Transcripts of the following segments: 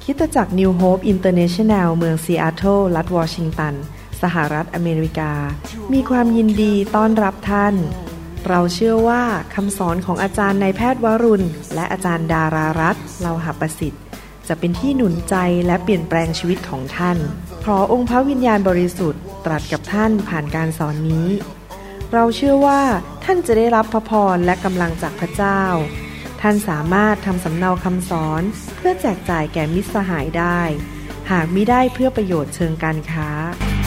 คริสตจักร New Hope International เมืองซีแอตเทิลรัฐวอชิงตันสหรัฐอเมริกามีความยินดีต้อนรับท่านเราเชื่อว่าคำสอนของอาจารย์นายแพทย์วรุณและอาจารย์ดารารัตน์เลาหประสิทธิ์จะเป็นที่หนุนใจและเปลี่ยนแปลงชีวิตของท่านขอองค์พระวิญญาณบริสุทธิ์ตรัสกับท่านผ่านการสอนนี้เราเชื่อว่าท่านจะได้รับพระพรและกำลังจากพระเจ้าท่านสามารถทำสำเนาคำสอนเพื่อแจกจ่ายแก่มิตรสหายได้หากมิได้เพื่อประโยชน์เชิงการค้า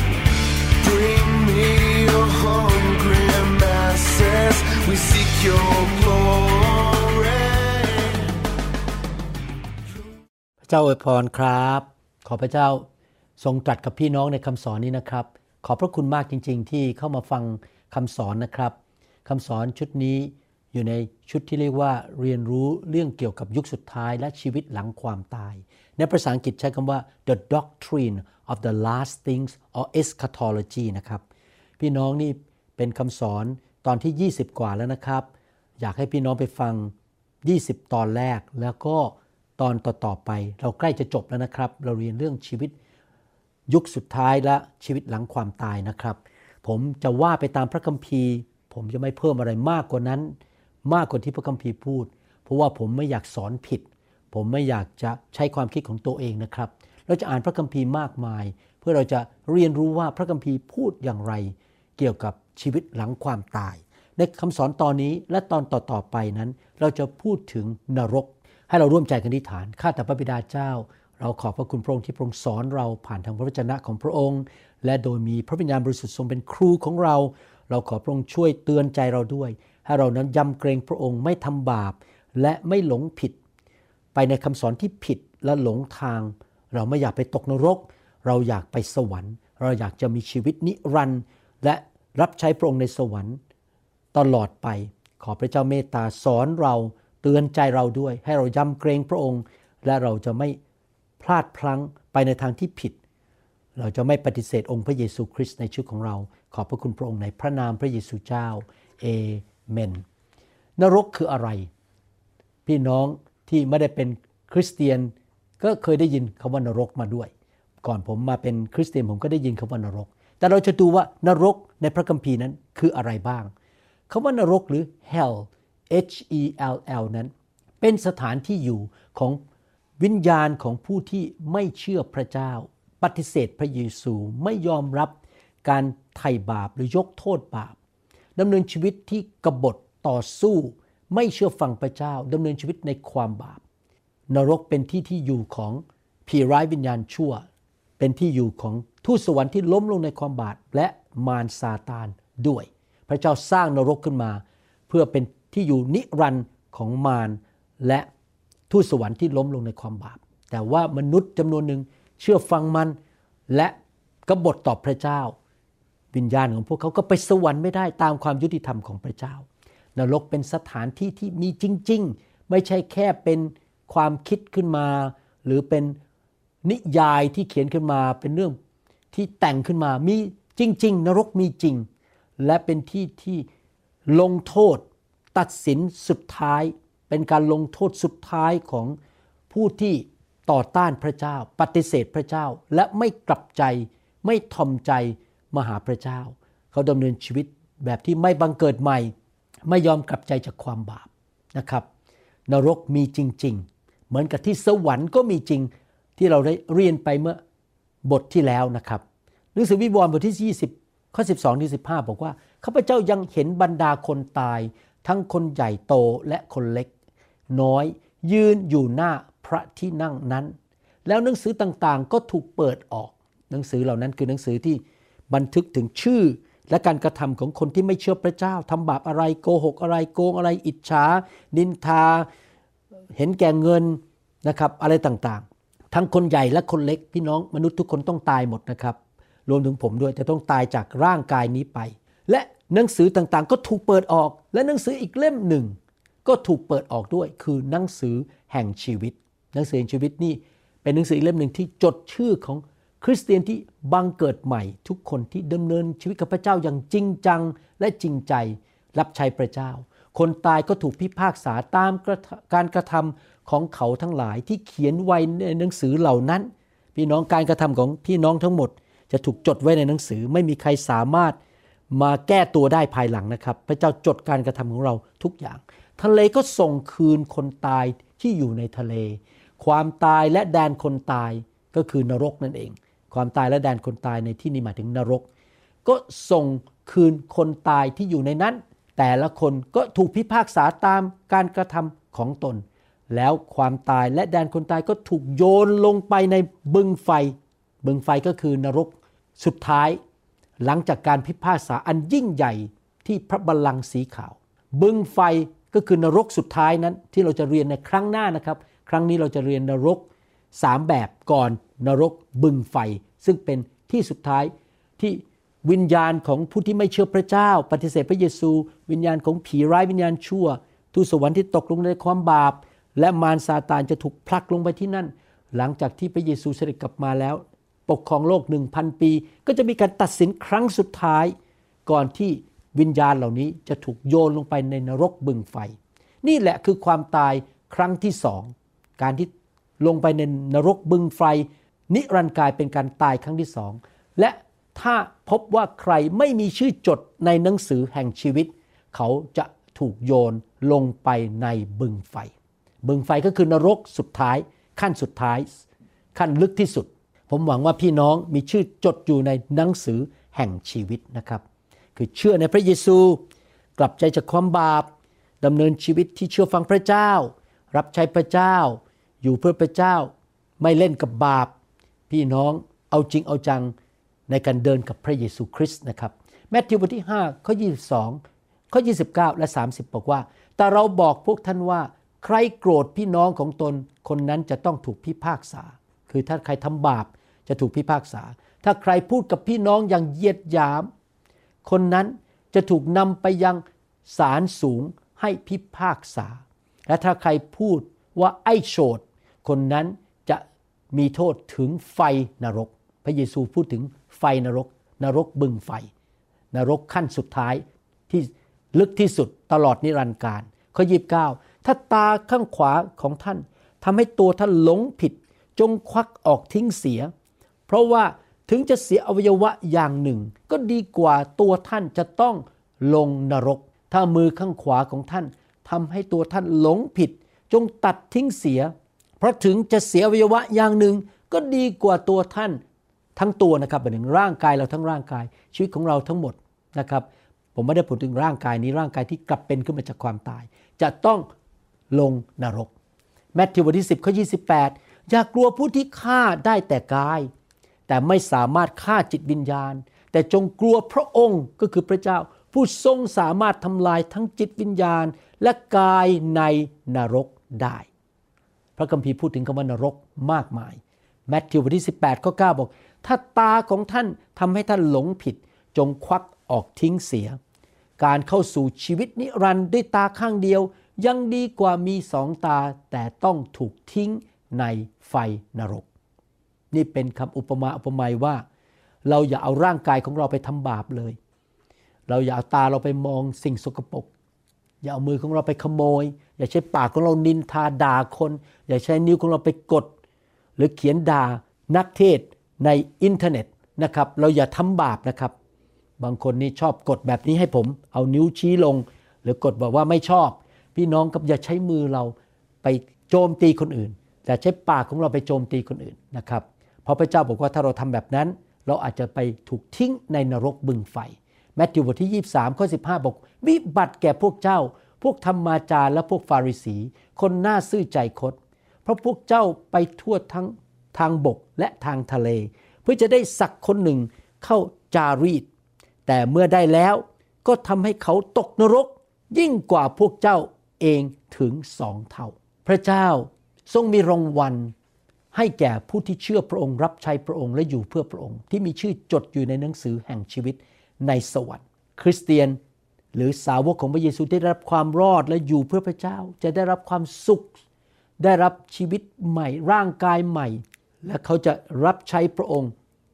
พระเจ้าอวยพรครับขอพระเจ้าทรงตรัสกับพี่น้องในคำสอนนี้นะครับขอบพระคุณมากจริงๆที่เข้ามาฟังคำสอนนะครับคำสอนชุดนี้อยู่ในชุดที่เรียกว่าเรียนรู้เรื่องเกี่ยวกับยุคสุดท้ายและชีวิตหลังความตายในภาษาอังกฤษใช้คำว่า the doctrine of the last things or eschatology นะครับพี่น้องนี่เป็นคำสอนตอนที่20กว่าแล้วนะครับอยากให้พี่น้องไปฟัง20ตอนแรกแล้วก็ตอนต่อๆไปเราใกล้จะจบแล้วนะครับเราเรียนเรื่องชีวิตยุคสุดท้ายและชีวิตหลังความตายนะครับผมจะว่าไปตามพระคัมภีร์ผมจะไม่เพิ่มอะไรมากกว่านั้นมากกว่าที่พระคัมภีร์พูดเพราะว่าผมไม่อยากสอนผิดผมไม่อยากจะใช้ความคิดของตัวเองนะครับเราจะอ่านพระคัมภีร์มากมายเพื่อเราจะเรียนรู้ว่าพระคัมภีร์พูดอย่างไรเกี่ยวกับชีวิตหลังความตายในคำสอนตอนนี้และตอนต่อๆไปนั้นเราจะพูดถึงนรกให้เราร่วมใจกันอธิษฐานข้าแต่พระบิดาเจ้าเราขอบพระคุณพระองค์ที่พระองค์สอนเราผ่านทางพระวจนะของพระองค์และโดยมีพระวิญญาณบริสุทธิ์ทรงเป็นครูของเราเราขอพระองค์ช่วยเตือนใจเราด้วยให้เรานั้นยำเกรงพระองค์ไม่ทำบาปและไม่หลงผิดไปในคำสอนที่ผิดและหลงทางเราไม่อยากไปตกนรกเราอยากไปสวรรค์เราอยากจะมีชีวิตนิรันดร์และรับใช้พระองค์ในสวรรค์ตลอดไปขอพระเจ้าเมตตาสอนเราเตือนใจเราด้วยให้เรายำเกรงพระองค์และเราจะไม่พลาดพลั้งไปในทางที่ผิดเราจะไม่ปฏิเสธองค์พระเยซูคริสต์ในชีวิตของเราขอบพระคุณพระองค์ในพระนามพระเยซูเจ้าเอเมนนรกคืออะไรพี่น้องที่ไม่ได้เป็นคริสเตียนก็เคยได้ยินคำว่านรกมาด้วยก่อนผมมาเป็นคริสเตียนผมก็ได้ยินคำว่านรกแต่เราจะดูว่านรกในพระคัมภีร์นั้นคืออะไรบ้างคำว่านรกหรือ hell H E L L นั้นเป็นสถานที่อยู่ของวิญญาณของผู้ที่ไม่เชื่อพระเจ้าปฏิเสธพระเยซูไม่ยอมรับการไถ่บาปหรือยกโทษบาปดำเนินชีวิตที่กบฏต่อสู้ไม่เชื่อฟังพระเจ้าดำเนินชีวิตในความบาปนรกเป็นที่ที่อยู่ของผีร้ายวิญญาณชั่วเป็นที่อยู่ของทูตสวรรค์ที่ล้มลงในความบาปและมารซาตานด้วยพระเจ้าสร้างนรกขึ้นมาเพื่อเป็นที่อยู่นิรันดร์ของมารและทูตสวรรค์ที่ล้มลงในความบาปแต่ว่ามนุษย์จำนวนหนึ่งเชื่อฟังมันและกบฏต่อพระเจ้าวิญญาณของพวกเขาก็ไปสวรรค์ไม่ได้ตามความยุติธรรมของพระเจ้านรกเป็นสถานที่ที่มีจริงๆไม่ใช่แค่เป็นความคิดขึ้นมาหรือเป็นนิยายที่เขียนขึ้นมาเป็นเรื่องที่แต่งขึ้นมามีจริงๆนรกมีจริงและเป็นที่ที่ลงโทษตัดสินสุดท้ายเป็นการลงโทษสุดท้ายของผู้ที่ต่อต้านพระเจ้าปฏิเสธพระเจ้าและไม่กลับใจไม่ทอมใจมาหาพระเจ้าเขาดำเนินชีวิตแบบที่ไม่บังเกิดใหม่ไม่ยอมกลับใจจากความบาปนะครับนรกมีจริงๆเหมือนกับที่สวรรค์ก็มีจริงที่เราได้เรียนไปเมื่อบทที่แล้วนะครับหนังสือวิวรณ์บทที่20ข้อ12ถึง15บอกว่าข้าพเจ้ายังเห็นบรรดาคนตายทั้งคนใหญ่โตและคนเล็กน้อยยืนอยู่หน้าพระที่นั่งนั้นแล้วหนังสือต่างๆก็ถูกเปิดออกหนังสือเหล่านั้นคือหนังสือที่บันทึกถึงชื่อและการกระทำของคนที่ไม่เชื่อพระเจ้าทำบาปอะไรโกหกอะไรโกงอะไรอิจฉานินทาเห็นแก่เงินนะครับอะไรต่างๆทั้งคนใหญ่และคนเล็กพี่น้องมนุษย์ทุกคนต้องตายหมดนะครับรวมถึงผมด้วยจะต้องตายจากร่างกายนี้ไปและหนังสือต่างๆก็ถูกเปิดออกและหนังสืออีกเล่มหนึ่งก็ถูกเปิดออกด้วยคือหนังสือแห่งชีวิตหนังสือแห่งชีวิตนี่เป็นหนังสืออีกเล่มหนึ่งที่จดชื่อของคริสเตียนที่บังเกิดใหม่ทุกคนที่ดำเนินชีวิตกับพระเจ้าอย่างจริงจังและจริงใจรับใช้พระเจ้าคนตายก็ถูกพิพากษาตามการกระทำของเขาทั้งหลายที่เขียนไว้ในหนังสือเหล่านั้นพี่น้องการกระทำของพี่น้องทั้งหมดจะถูกจดไว้ในหนังสือไม่มีใครสามารถมาแก้ตัวได้ภายหลังนะครับพระเจ้าจดการกระทำของเราทุกอย่างทะเลก็ส่งคืนคนตายที่อยู่ในทะเลความตายและแดนคนตายก็คือนรกนั่นเองความตายและแดนคนตายในที่นี้หมายถึงนรกก็ส่งคืนคนตายที่อยู่ในนั้นแต่ละคนก็ถูกพิพากษาตามการกระทำของตนแล้วความตายและแดนคนตายก็ถูกโยนลงไปในบึงไฟก็คือนรกสุดท้ายหลังจากการพิพากษาอันยิ่งใหญ่ที่พระบัลลังก์สีขาวบึงไฟก็คือนรกสุดท้ายนั้นที่เราจะเรียนในครั้งหน้านะครับครั้งนี้เราจะเรียนนรก3แบบก่อนนรกบึงไฟซึ่งเป็นที่สุดท้ายที่วิญญาณของผู้ที่ไม่เชื่อพระเจ้าปฏิเสธพระเยซูวิญญาณของผีร้ายวิญญาณชั่วทูตสวรรค์ที่ตกลงในความบาปและมารซาตานจะถูกผลักลงไปที่นั่นหลังจากที่พระเยซูเสด็จกลับมาแล้วปกครองโลก 1,000 ปีก็จะมีการตัดสินครั้งสุดท้ายก่อนที่วิญญาณเหล่านี้จะถูกโยนลงไปในนรกบึงไฟนี่แหละคือความตายครั้งที่สองการที่ลงไปในนรกบึงไฟนิรันดร์กายเป็นการตายครั้งที่สองและถ้าพบว่าใครไม่มีชื่อจดในหนังสือแห่งชีวิตเขาจะถูกโยนลงไปในบึงไฟก็คือนรกสุดท้ายขั้นสุดท้ายขั้นลึกที่สุดผมหวังว่าพี่น้องมีชื่อจดอยู่ในหนังสือแห่งชีวิตนะครับคือเชื่อในพระเยซูกลับใจจากความบาปดำเนินชีวิตที่เชื่อฟังพระเจ้ารับใช้พระเจ้าอยู่เพื่อพระเจ้าไม่เล่นกับบาปพี่น้องเอาจริงเอาจังในการเดินกับพระเยซูคริสต์นะครับมัทธิวบทที่5ข้อ22ข้อ29และ30บอกว่าแต่เราบอกพวกท่านว่าใครโกรธพี่น้องของตนคนนั้นจะต้องถูกพิพากษาคือถ้าใครทำบาปจะถูกพิพากษาถ้าใครพูดกับพี่น้องอย่างเหยียดหยามคนนั้นจะถูกนำไปยังศาลสูงให้พิพากษาและถ้าใครพูดว่าไอ้โฉดคนนั้นจะมีโทษถึงไฟนรกพระเยซูพูดถึงไฟนรกบึงไฟนรกขั้นสุดท้ายที่ลึกที่สุดตลอดนิรันดร์กาลข้อ29ถ้าตาข้างขวาของท่านทำให้ตัวท่านหลงผิดจงควักออกทิ้งเสียเพราะว่าถึงจะเสียอวัยวะอย่างหนึ่งก็ดีกว่าตัวท่านจะต้องลงนรกถ้ามือข้างขวาของท่านทำให้ตัวท่านหลงผิดจงตัดทิ้งเสียเพราะถึงจะเสียอวัยวะอย่างหนึ่งก็ดีกว่าตัวท่านทั้งตัวนะครับหมายถึงร่างกายเราทั้งร่างกายชีวิตของเราทั้งหมดนะครับผมไม่ได้พูดถึงร่างกายนี้ร่างกายที่กลับเป็นขึ้นมาจากความตายจะต้องลงนรกมัทธิวบทที่10ข้อ28อย่ากลัวผู้ที่ฆ่าได้แต่กายแต่ไม่สามารถฆ่าจิตวิญญาณแต่จงกลัวพระองค์ก็คือพระเจ้าผู้ทรงสามารถทำลายทั้งจิตวิญญาณและกายในนรกได้พระคัมภีร์พูดถึงคำว่านรกมากมายมัทธิวบทที่18ข้อ9บอกถ้าตาของท่านทำให้ท่านหลงผิดจงควักออกทิ้งเสียการเข้าสู่ชีวิตนิรันดร์ด้วยตาข้างเดียวยังดีกว่ามีสองตาแต่ต้องถูกทิ้งในไฟนรกนี่เป็นคำอุปมาอุปไมยว่าเราอย่าเอาร่างกายของเราไปทำบาปเลยเราอย่าเอาตาเราไปมองสิ่งสกปรกอย่าเอามือของเราไปขโมยอย่าใช้ปากของเรานินทาด่าคนอย่าใช้นิ้วของเราไปกดหรือเขียนด่านักเทศในอินเทอร์เน็ตนะครับเราอย่าทำบาปนะครับบางคนนี่ชอบกดแบบนี้ให้ผมเอานิ้วชี้ลงหรือกดบอกว่าไม่ชอบพี่น้องกับอย่าใช้มือเราไปโจมตีคนอื่นแต่ใช้ปากของเราไปโจมตีคนอื่นนะครับเพราะพระเจ้าบอกว่าถ้าเราทำแบบนั้นเราอาจจะไปถูกทิ้งในนรกบึงไฟมัทธิวบทที่23ข้อ15บอกวิบัติแก่พวกเจ้าพวกธรรมาจารย์และพวกฟาริสีคนหน้าซื่อใจคดเพราะพวกเจ้าไปทั่วทั้งทางบกและทางทะเลเพื่อจะได้สักคนหนึ่งเข้าจารีตแต่เมื่อได้แล้วก็ทำให้เขาตกนรกยิ่งกว่าพวกเจ้าเองถึง2 เท่าพระเจ้าทรงมีรางวัลให้แก่ผู้ที่เชื่อพระองค์รับใช้พระองค์และอยู่เพื่อพระองค์ที่มีชื่อจดอยู่ในหนังสือแห่งชีวิตในสวรรค์คริสเตียนหรือสาวกของพระเยซูได้รับความรอดและอยู่เพื่อพระเจ้าจะได้รับความสุขได้รับชีวิตใหม่ร่างกายใหม่และเขาจะรับใช้พระองค์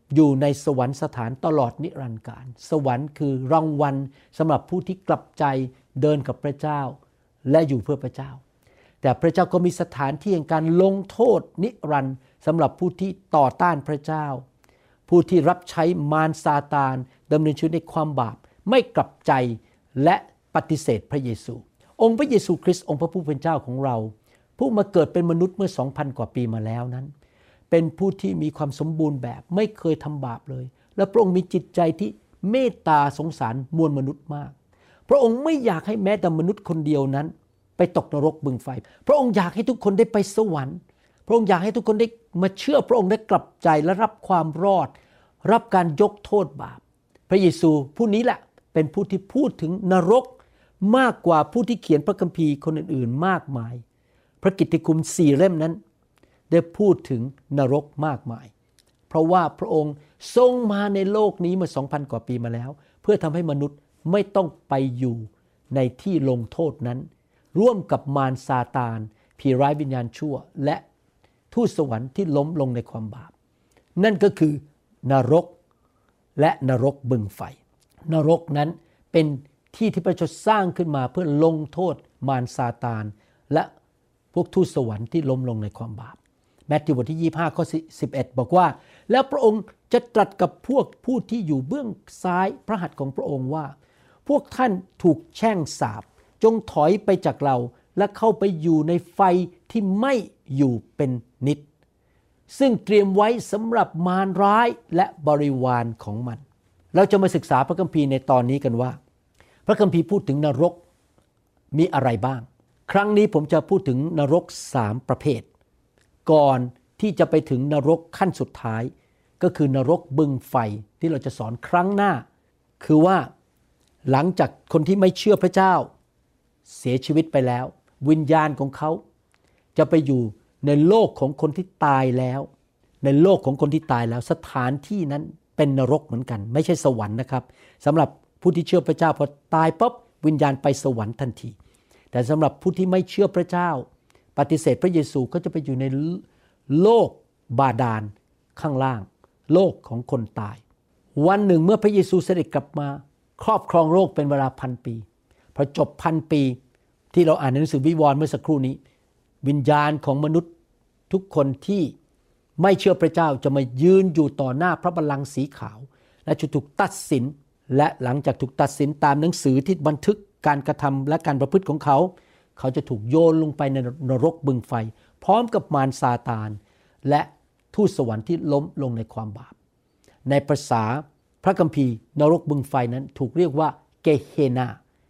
อยู่ในสวรรคสถานตลอดนิรันดร์กาลสวรรค์คือรางวัลสำหรับผู้ที่กลับใจเดินกับพระเจ้าและอยู่เพื่อพระเจ้าแต่พระเจ้าก็มีสถานที่แห่งการลงโทษนิรันดร์สำหรับผู้ที่ต่อต้านพระเจ้าผู้ที่รับใช้มารซาตานดำเนินชีวิตในความบาปไม่กลับใจและปฏิเสธพระเยซูองค์พระเยซูคริสต์องค์พระผู้เป็นเจ้าของเราผู้มาเกิดเป็นมนุษย์เมื่อ 2,000 กว่าปีมาแล้วนั้นเป็นผู้ที่มีความสมบูรณ์แบบไม่เคยทำบาปเลยและพระองค์มีจิตใจที่เมตตาสงสารมวลมนุษย์มากพระองค์ไม่อยากให้แม้แต่มนุษย์คนเดียวนั้นไปตกนรกบึงไฟพระองค์อยากให้ทุกคนได้ไปสวรรค์พระองค์อยากให้ทุกคนได้มาเชื่อพระองค์ได้กลับใจและรับความรอดรับการยกโทษบาปพระเยซูผู้นี้แหละเป็นผู้ที่พูดถึงนรกมากกว่าผู้ที่เขียนพระคัมภีร์คนอื่นๆมากมายพระกิตติคุณ4เล่มนั้นได้พูดถึงนรกมากมายเพราะว่าพระองค์ทรงมาในโลกนี้มา 2,000 กว่าปีมาแล้วเพื่อทำให้มนุษย์ไม่ต้องไปอยู่ในที่ลงโทษนั้นร่วมกับมารซาตานผีร้ายวิญญาณชั่วและทูตสวรรค์ที่ล้มลงในความบาปนั่นก็คือนรกและนรกบึงไฟนรกนั้นเป็นที่ที่พระเจ้าสร้างขึ้นมาเพื่อลงโทษมารซาตานและพวกทูตสวรรค์ที่ล้มลงในความบาปมัทธิวบทที่25ข้อ11บอกว่าแล้วพระองค์จะตรัสกับพวกผู้ที่อยู่เบื้องซ้ายพระหัตถ์ของพระองค์ว่าพวกท่านถูกแช่งสาปจงถอยไปจากเราและเข้าไปอยู่ในไฟที่ไม่อยู่เป็นนิจซึ่งเตรียมไว้สำหรับมารร้ายและบริวารของมันเราจะมาศึกษาพระคัมภีร์ในตอนนี้กันว่าพระคัมภีร์พูดถึงนรกมีอะไรบ้างครั้งนี้ผมจะพูดถึงนรก3ประเภทก่อนที่จะไปถึงนรกขั้นสุดท้ายก็คือนรกบึงไฟที่เราจะสอนครั้งหน้าคือว่าหลังจากคนที่ไม่เชื่อพระเจ้าเสียชีวิตไปแล้ววิญญาณของเขาจะไปอยู่ในโลกของคนที่ตายแล้วในโลกของคนที่ตายแล้วสถานที่นั้นเป็นนรกเหมือนกันไม่ใช่สวรรค์นะครับสำหรับผู้ที่เชื่อพระเจ้าพอตายปั๊บวิญญาณไปสวรรค์ทันทีแต่สำหรับผู้ที่ไม่เชื่อพระเจ้าปฏิเสธพระเยซูก็จะไปอยู่ในโลกบาดาลข้างล่างโลกของคนตายวันหนึ่งเมื่อพระเยซูเสด็จกลับมาครอบครองโลกเป็นเวลา 1,000 ปีพอจบ 1,000 ปีที่เราอ่านในหนังสือวิวรณ์เมื่อสักครู่นี้วิญญาณของมนุษย์ทุกคนที่ไม่เชื่อพระเจ้าจะมายืนอยู่ต่อหน้าพระบัลลังก์สีขาวและจะถูกตัดสินและหลังจากถูกตัดสินตามหนังสือที่บันทึกการกระทำและการประพฤติของเขาเขาจะถูกโยนลงไปในนรกบึงไฟพร้อมกับมารซาตานและทูตสวรรค์ที่ล้มลงในความบาปในภาษาพระคัมภีร์นรกบึงไฟนั้นถูกเรียกว่าเกเฮนา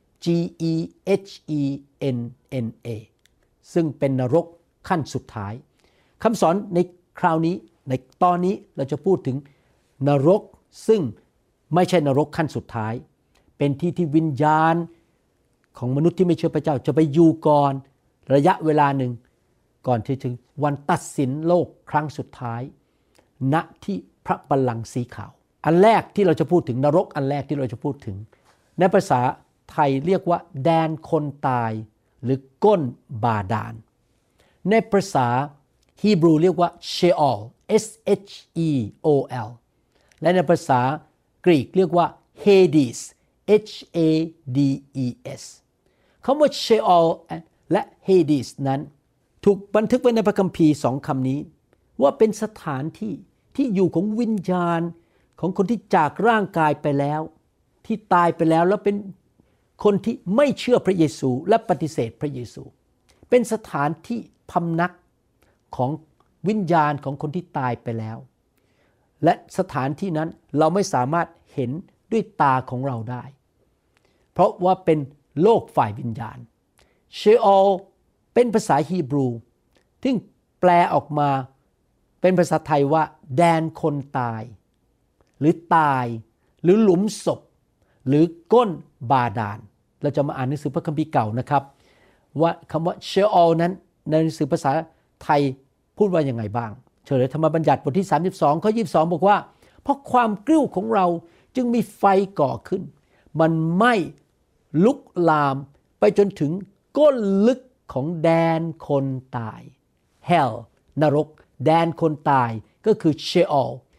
G-E-H-E-N-N-A ซึ่งเป็นนรกขั้นสุดท้ายคำสอนในคราวนี้ในตอนนี้เราจะพูดถึงนรกซึ่งไม่ใช่นรกขั้นสุดท้ายเป็นที่ที่วิญญาณของมนุษย์ที่ไม่เชื่อพระเจ้าจะไปอยู่ก่อนระยะเวลาหนึ่งก่อนที่ถึงวันตัดสินโลกครั้งสุดท้ายณที่พระบัลลังก์สีขาวอันแรกที่เราจะพูดถึงนรกอันแรกที่เราจะพูดถึงในภาษาไทยเรียกว่าแดนคนตายหรือก้นบาดาลในภาษาฮีบรูเรียกว่า Sheol S-H-E-O-L และในภาษากรีกเรียกว่า Hades H-A-D-E-S คำว่า Sheol และ Hades นั้นถูกบันทึกไว้ในพระคัมภีร์2คำนี้ว่าเป็นสถานที่ที่อยู่ของวิญญาณของคนที่จากร่างกายไปแล้วที่ตายไปแล้วแล้วเป็นคนที่ไม่เชื่อพระเยซูและปฏิเสธพระเยซูเป็นสถานที่พำนักของวิญญาณของคนที่ตายไปแล้วและสถานที่นั้นเราไม่สามารถเห็นด้วยตาของเราได้เพราะว่าเป็นโลกฝ่ายวิญญาณเชโอลเป็นภาษาฮีบรูที่แปลออกมาเป็นภาษาไทยว่าแดนคนตายหรือตายหรือหลุมศพหรือก้นบาดาลเราจะมาอ่านหนังสือพระคัมภีร์เก่านะครับว่าคำว่าเชโอลนั้นในหนังสือภาษาไทยพูดว่ายังไงบ้างเฉลยธรรมบัญญัติบทที่32ข้อ22บอกว่าเพราะความกริ้วของเราจึงมีไฟก่อขึ้นมันไหม้ลุกลามไปจนถึงก้นลึกของแดนคนตาย Hell นรกแดนคนตายก็คือ Sheol พ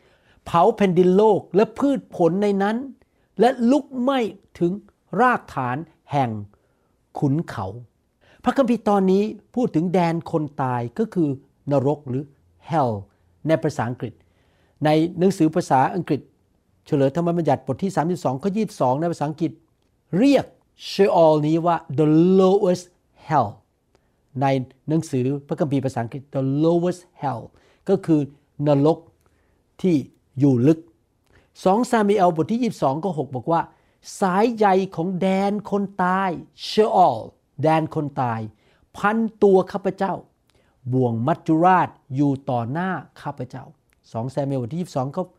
เผาแผ่นดินโลกและพืชผลในนั้นและลุกไหม้ถึงรากฐานแห่งขุนเขาพระคัมภีร์ตอนนี้พูดถึงแดนคนตายก็คือนรกหรือ hell ในภาษาอังกฤษในหนังสือภาษาอังกฤษเฉลยธรรมบัญญัติบทที่32ข้อ22ในภาษาอังกฤษเรียก Sheol นี้ว่า the lowest hell ในหนังสือพระคัมภีร์ภาษาอังกฤษ the lowest hell ก็คือนรกที่อยู่ลึก2ซามูเอลบทที่22ข้อ6บอกว่าสายใยของแดนคนตาย Sheol แดนคนตายพันตัวข้าพเจ้าบ่วงมัจจุราชอยู่ต่อหน้าข้าพเจ้า2ซามูเอลบทที่22ข้อ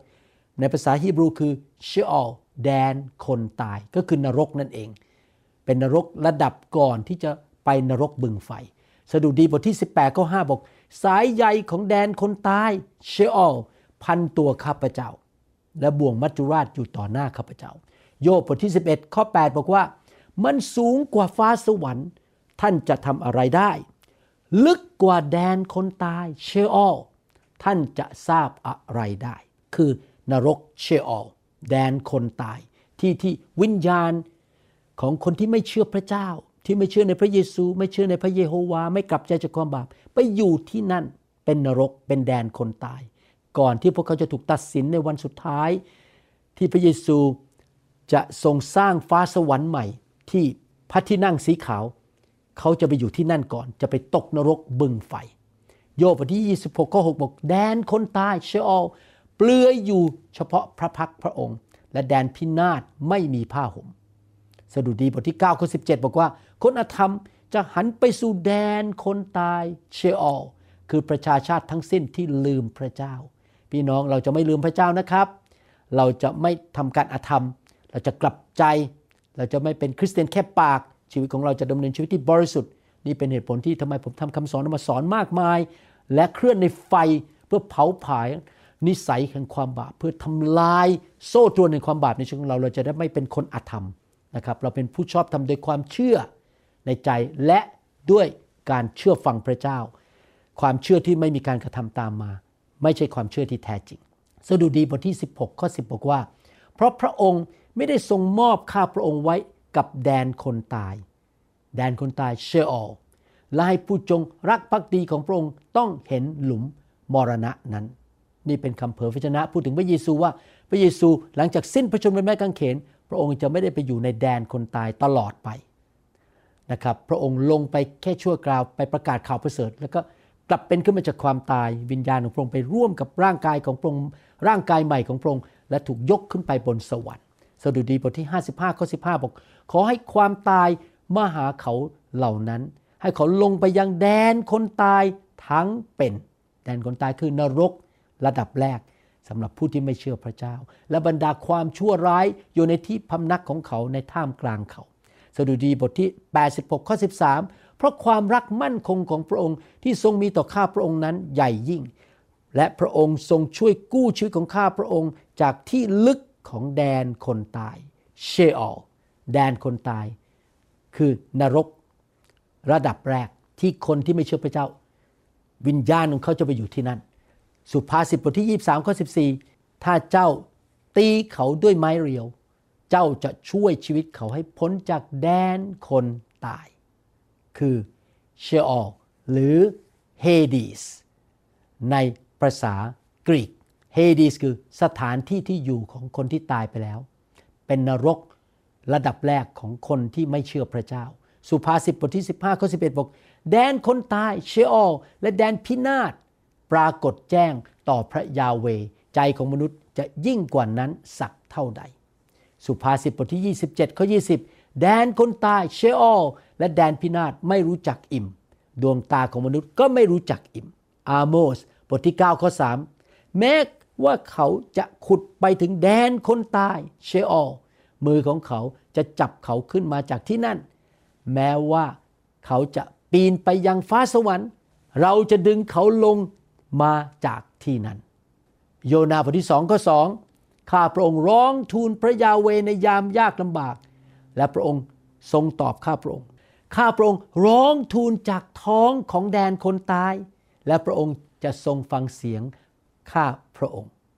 6ในภาษาฮีบรูคือ Sheol แดนคนตายก็คือนรกนั่นเองเป็นนรกระดับก่อนที่จะไปนรกบึงไฟสดุดีบทที่18ข้อ5บอกสายใยของแดนคนตาย Sheol พันตัวข้าพเจ้าและบ่วงมัจจุราชอยู่ต่อหน้าข้าพเจ้าโยบบทที่11ข้อ8บอกว่ามันสูงกว่าฟ้าสวรรค์ท่านจะทำอะไรได้ลึกกว่าแดนคนตาย Sheol ท่านจะทราบอะไรได้คือนรก Sheol แดนคนตายที่วิญญาณของคนที่ไม่เชื่อพระเจ้าที่ไม่เชื่อในพระเยซูไม่เชื่อในพระเยโฮวาไม่กลับใจจากความบาปไปอยู่ที่นั่นเป็นนรกเป็นแดนคนตายก่อนที่พวกเขาจะถูกตัดสินในวันสุดท้ายที่พระเยซูจะทรงสร้างฟ้าสวรรค์ใหม่ที่พระที่นั่งสีขาวเขาจะไปอยู่ที่นั่นก่อนจะไปตกนรกบึงไฟโยบบทที่26ข้อ6บอกแดนคนตายเชออลเปลือยอยู่เฉพาะพระพักพระองค์และแดนพินาศไม่มีผ้าห่มสดุดีบทที่9ข้อ17บอกว่าคนอธรรมจะหันไปสู่แดนคนตายเชออลคือประชาชาติทั้งสิ้นที่ลืมพระเจ้าพี่น้องเราจะไม่ลืมพระเจ้านะครับเราจะไม่ทำการอธรรมเราจะกลับใจเราจะไม่เป็นคริสเตียนแค่ปากชีวิตของเราจะดำเนินชีวิตที่บริสุทธิ์นี่เป็นเหตุผลที่ทำไมผมทำคำสอนมาสอนมากมายและเคลื่อนในไฟเพื่อเผาผลาญนิสัยแห่งความบาปเพื่อทำลายโซ่ตรวนแห่งความบาปในชีวิตของเราจะได้ไม่เป็นคนอธรรมนะครับเราเป็นผู้ชอบธรรมโดยความเชื่อในใจและด้วยการเชื่อฟังพระเจ้าความเชื่อที่ไม่มีการกระทำตามมาไม่ใช่ความเชื่อที่แท้จริงสดุดีบทที่16ข้อ10บอกว่าเพราะพระองค์ไม่ได้ทรงมอบข้าพระองค์ไว้กับแดนคนตายแดนคนตายเชออลและให้ผู้จงรักภักดีของพระองค์ต้องเห็นหลุมมรณะนั้นนี่เป็นคำเผยพระชนะพูดถึงพระเยซูว่าพระเยซูหลังจากสิ้นพระชนม์บนไม้กางเขนพระองค์จะไม่ได้ไปอยู่ในแดนคนตายตลอดไปนะครับพระองค์ลงไปแค่ชั่วคราวไปประกาศข่าวประเสริฐแล้วก็กลับเป็นขึ้นมาจากความตายวิญญาณของพระองค์ไปร่วมกับร่างกายของพระองค์ร่างกายใหม่ของพระองค์และถูกยกขึ้นไปบนสวรรค์สดุดีบทที่55ข้อ15บอกขอให้ความตายมาหาเขาเหล่านั้นให้เขาลงไปยังแดนคนตายทั้งเป็นแดนคนตายคือนรกระดับแรกสำหรับผู้ที่ไม่เชื่อพระเจ้าและบรรดาความชั่วร้ายอยู่ในที่พำนักของเขาในท่ามกลางเขาสดุดีบทที่86ข้อ13เพราะความรักมั่นคงของพระองค์ที่ทรงมีต่อข้าพระองค์นั้นใหญ่ยิ่งและพระองค์ทรงช่วยกู้ชีวิตของข้าพระองค์จากที่ลึกของแดนคนตายเชออลแดนคนตายคือนรกระดับแรกที่คนที่ไม่เชื่อพระเจ้าวิญญาณของเขาจะไปอยู่ที่นั่นสุภาษิตบทที่23ข้อ14ถ้าเจ้าตีเขาด้วยไม้เรียวเจ้าจะช่วยชีวิตเขาให้พ้นจากแดนคนตายคือเชออลหรือเฮดิสในภาษากรีกเฮดิสคือสถานที่ที่อยู่ของคนที่ตายไปแล้วเป็นนรกระดับแรกของคนที่ไม่เชื่อพระเจ้าสุภาษิตบทที่15ข้อ11บอกแดนคนตายเชออลและแดนพินาศปรากฏแจ้งต่อพระยาเวห์ใจของมนุษย์จะยิ่งกว่านั้นสักเท่าใดสุภาษิตบทที่27ข้อ20แดนคนตายเชออลและแดนพินาศไม่รู้จักอิ่มดวงตาของมนุษย์ก็ไม่รู้จักอิ่มอาโมสบทที่9ข้อ3แม้ว่าเขาจะขุดไปถึงแดนคนตายเชออลมือของเขาจะจับเขาขึ้นมาจากที่นั่นแม้ว่าเขาจะปีนไปยังฟ้าสวรรค์เราจะดึงเขาลงมาจากที่นั้นโยนาบทที่2ข้อ2ข้าพระองค์ร้องทูลพระยาเวห์ในยามยากลำบากและพระองค์ทรงตอบข้าพระองค์ข้าพระองค์ร้องทูลจากท้องของแดนคนตายและพระองค์จะทรงฟังเสียงข้าพระองค์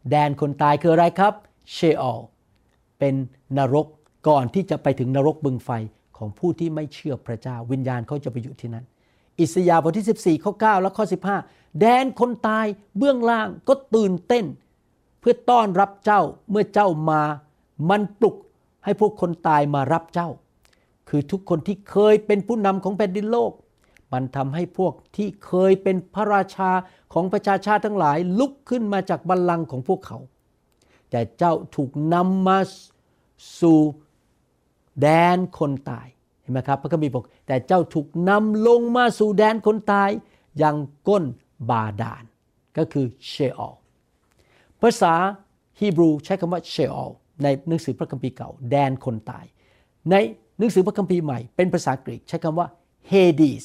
แดนคนตายคืออะไรครับเชออลเป็นนรกก่อนที่จะไปถึงนรกบึงไฟของผู้ที่ไม่เชื่อพระเจ้าวิญญาณเขาจะไปอยู่ที่นั้นอิสยาห์บทที่14ข้อ9และข้อ15แดนคนตายเบื้องล่างก็ตื่นเต้นเพื่อต้อนรับเจ้าเมื่อเจ้ามามันปลุกให้พวกคนตายมารับเจ้าคือทุกคนที่เคยเป็นผู้นำของแผ่นดินโลกมันทำให้พวกที่เคยเป็นพระราชาของประชาชาติทั้งหลายลุกขึ้นมาจากบัลลังก์ของพวกเขาแต่เจ้าถูกนำมาสู่แดนคนตายเห็นไหมครับพระคัมภีร์บอกแต่เจ้าถูกนำลงมาสู่แดนคนตายยังก้นบาดาลก็คือเชออลภาษาฮีบรูใช้คำว่าเชออลในหนังสือพระคัมภีร์เก่าแดนคนตายในหนังสือพระคัมภีร์ใหม่เป็นภาษากรีกใช้คำว่า Hades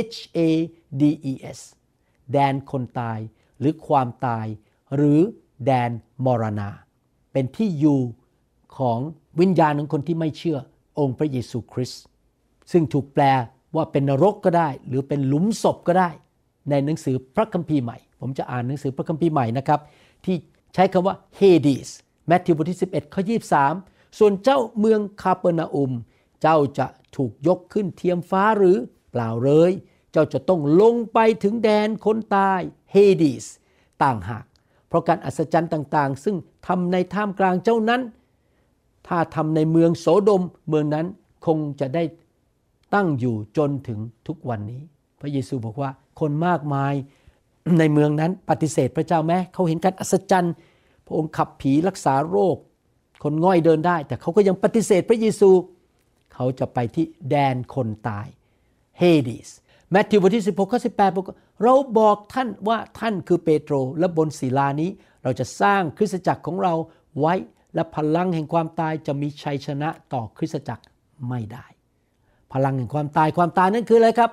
Hades แดนคนตายหรือความตายหรือแดนมรณาเป็นที่อยู่ของวิญญาณของคนที่ไม่เชื่อองค์พระเยซูคริสต์ซึ่งถูกแปลว่าเป็นนรกก็ได้หรือเป็นหลุมศพก็ได้ในหนังสือพระคัมภีร์ใหม่ผมจะอ่านหนังสือพระคัมภีร์ใหม่นะครับที่ใช้คำว่า Hades มัทธิวบทที่11ข้อ23ส่วนเจ้าเมืองคาเปอร์นาอุมเจ้าจะถูกยกขึ้นเทียมฟ้าหรือเปล่าเลยเจ้าจะต้องลงไปถึงแดนคนตาย Hades ต่างหากเพราะการอัศจรรย์ต่างๆซึ่งทำในท่ามกลางเจ้านั้นถ้าทำในเมืองโสโดมเมืองนั้นคงจะได้ตั้งอยู่จนถึงทุกวันนี้พระเยซูบอกว่าคนมากมายในเมืองนั้นปฏิเสธพระเจ้าแม้เขาเห็นการอัศจรรย์พระองค์ขับผีรักษาโรคคนง่อยเดินได้แต่เขาก็ยังปฏิเสธพระเยซูเขาจะไปที่แดนคนตาย Hades มัทธิวบทที่16ข้อ18บอกเราบอกท่านว่าท่านคือเปโตรและบนศิลานี้เราจะสร้างคริสตจักรของเราไว้และพลังแห่งความตายจะมีชัยชนะต่อคริสตจักรไม่ได้พลังแห่งความตายนั้นคืออะไรครับ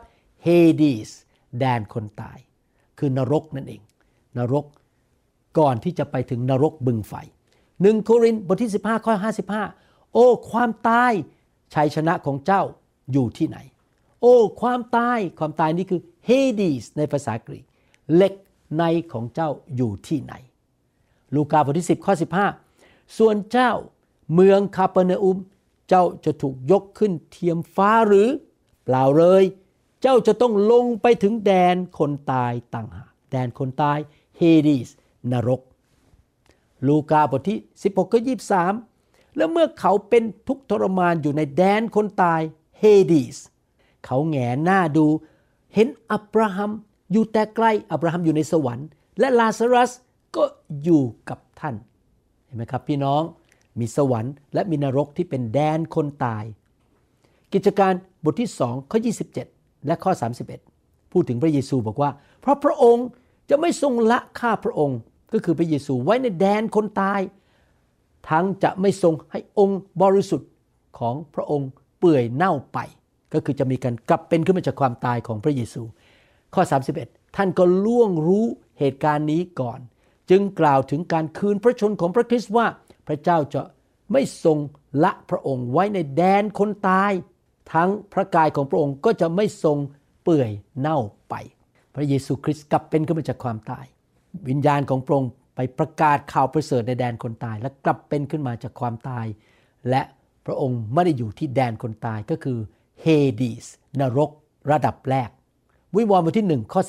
Hades แดนคนตายคือนรกนั่นเองนรกก่อนที่จะไปถึงนรกบึงไฟ1โครินธ์บทที่15ข้อ55โอ้ความตายชัยชนะของเจ้าอยู่ที่ไหนโอ้ความตายนี่คือ Hades ในภาษากรีกเหล็กในของเจ้าอยู่ที่ไหนลูกาบทที่10ข้อ15ส่วนเจ้าเมืองคาเปอร์นาอุมเจ้าจะถูกยกขึ้นเทียมฟ้าหรือเปล่าเลยเจ้าจะต้องลงไปถึงแดนคนตายต่างหากแดนคนตาย Hades นรกลูกาบทที่16ข้อ23แล้วเมื่อเขาเป็นทุกข์ทรมานอยู่ในแดนคนตาย Hades เขาแหงนหน้าดูเห็นอับราฮัมอยู่แต่ไกลอับราฮัมอยู่ในสวรรค์และลาซารัสก็อยู่กับท่านเห็นไหมครับพี่น้องมีสวรรค์และมีนรกที่เป็นแดนคนตายกิจการบทที่2ข้อ27และข้อ31พูดถึงพระเยซูบอกว่าเพราะพระองค์จะไม่ทรงละข้าพระองค์ก็คือพระเยซูไว้ในแดนคนตายทั้งจะไม่ทรงให้องค์บริสุทธิ์ของพระองค์เปื่อยเน่าไปก็คือจะมีการกลับเป็นขึ้นมาจากความตายของพระเยซูข้อ31ท่านก็ล่วงรู้เหตุการณ์นี้ก่อนจึงกล่าวถึงการคืนพระชนของพระคริสต์ว่าพระเจ้าจะไม่ทรงละพระองค์ไว้ในแดนคนตายทั้งพระกายของพระองค์ก็จะไม่ทรงเปื่อยเน่าไปพระเยซูคริสต์กลับเป็นขึ้นมาจากความตายวิญญาณของพระองค์ไปประกาศข่าวประเสริฐในแดนคนตายและกลับเป็นขึ้นมาจากความตายและพระองค์ไม่ได้อยู่ที่แดนคนตายก็คือ Hades นรกระดับแรกวิวรณ์บทที่1ข้อ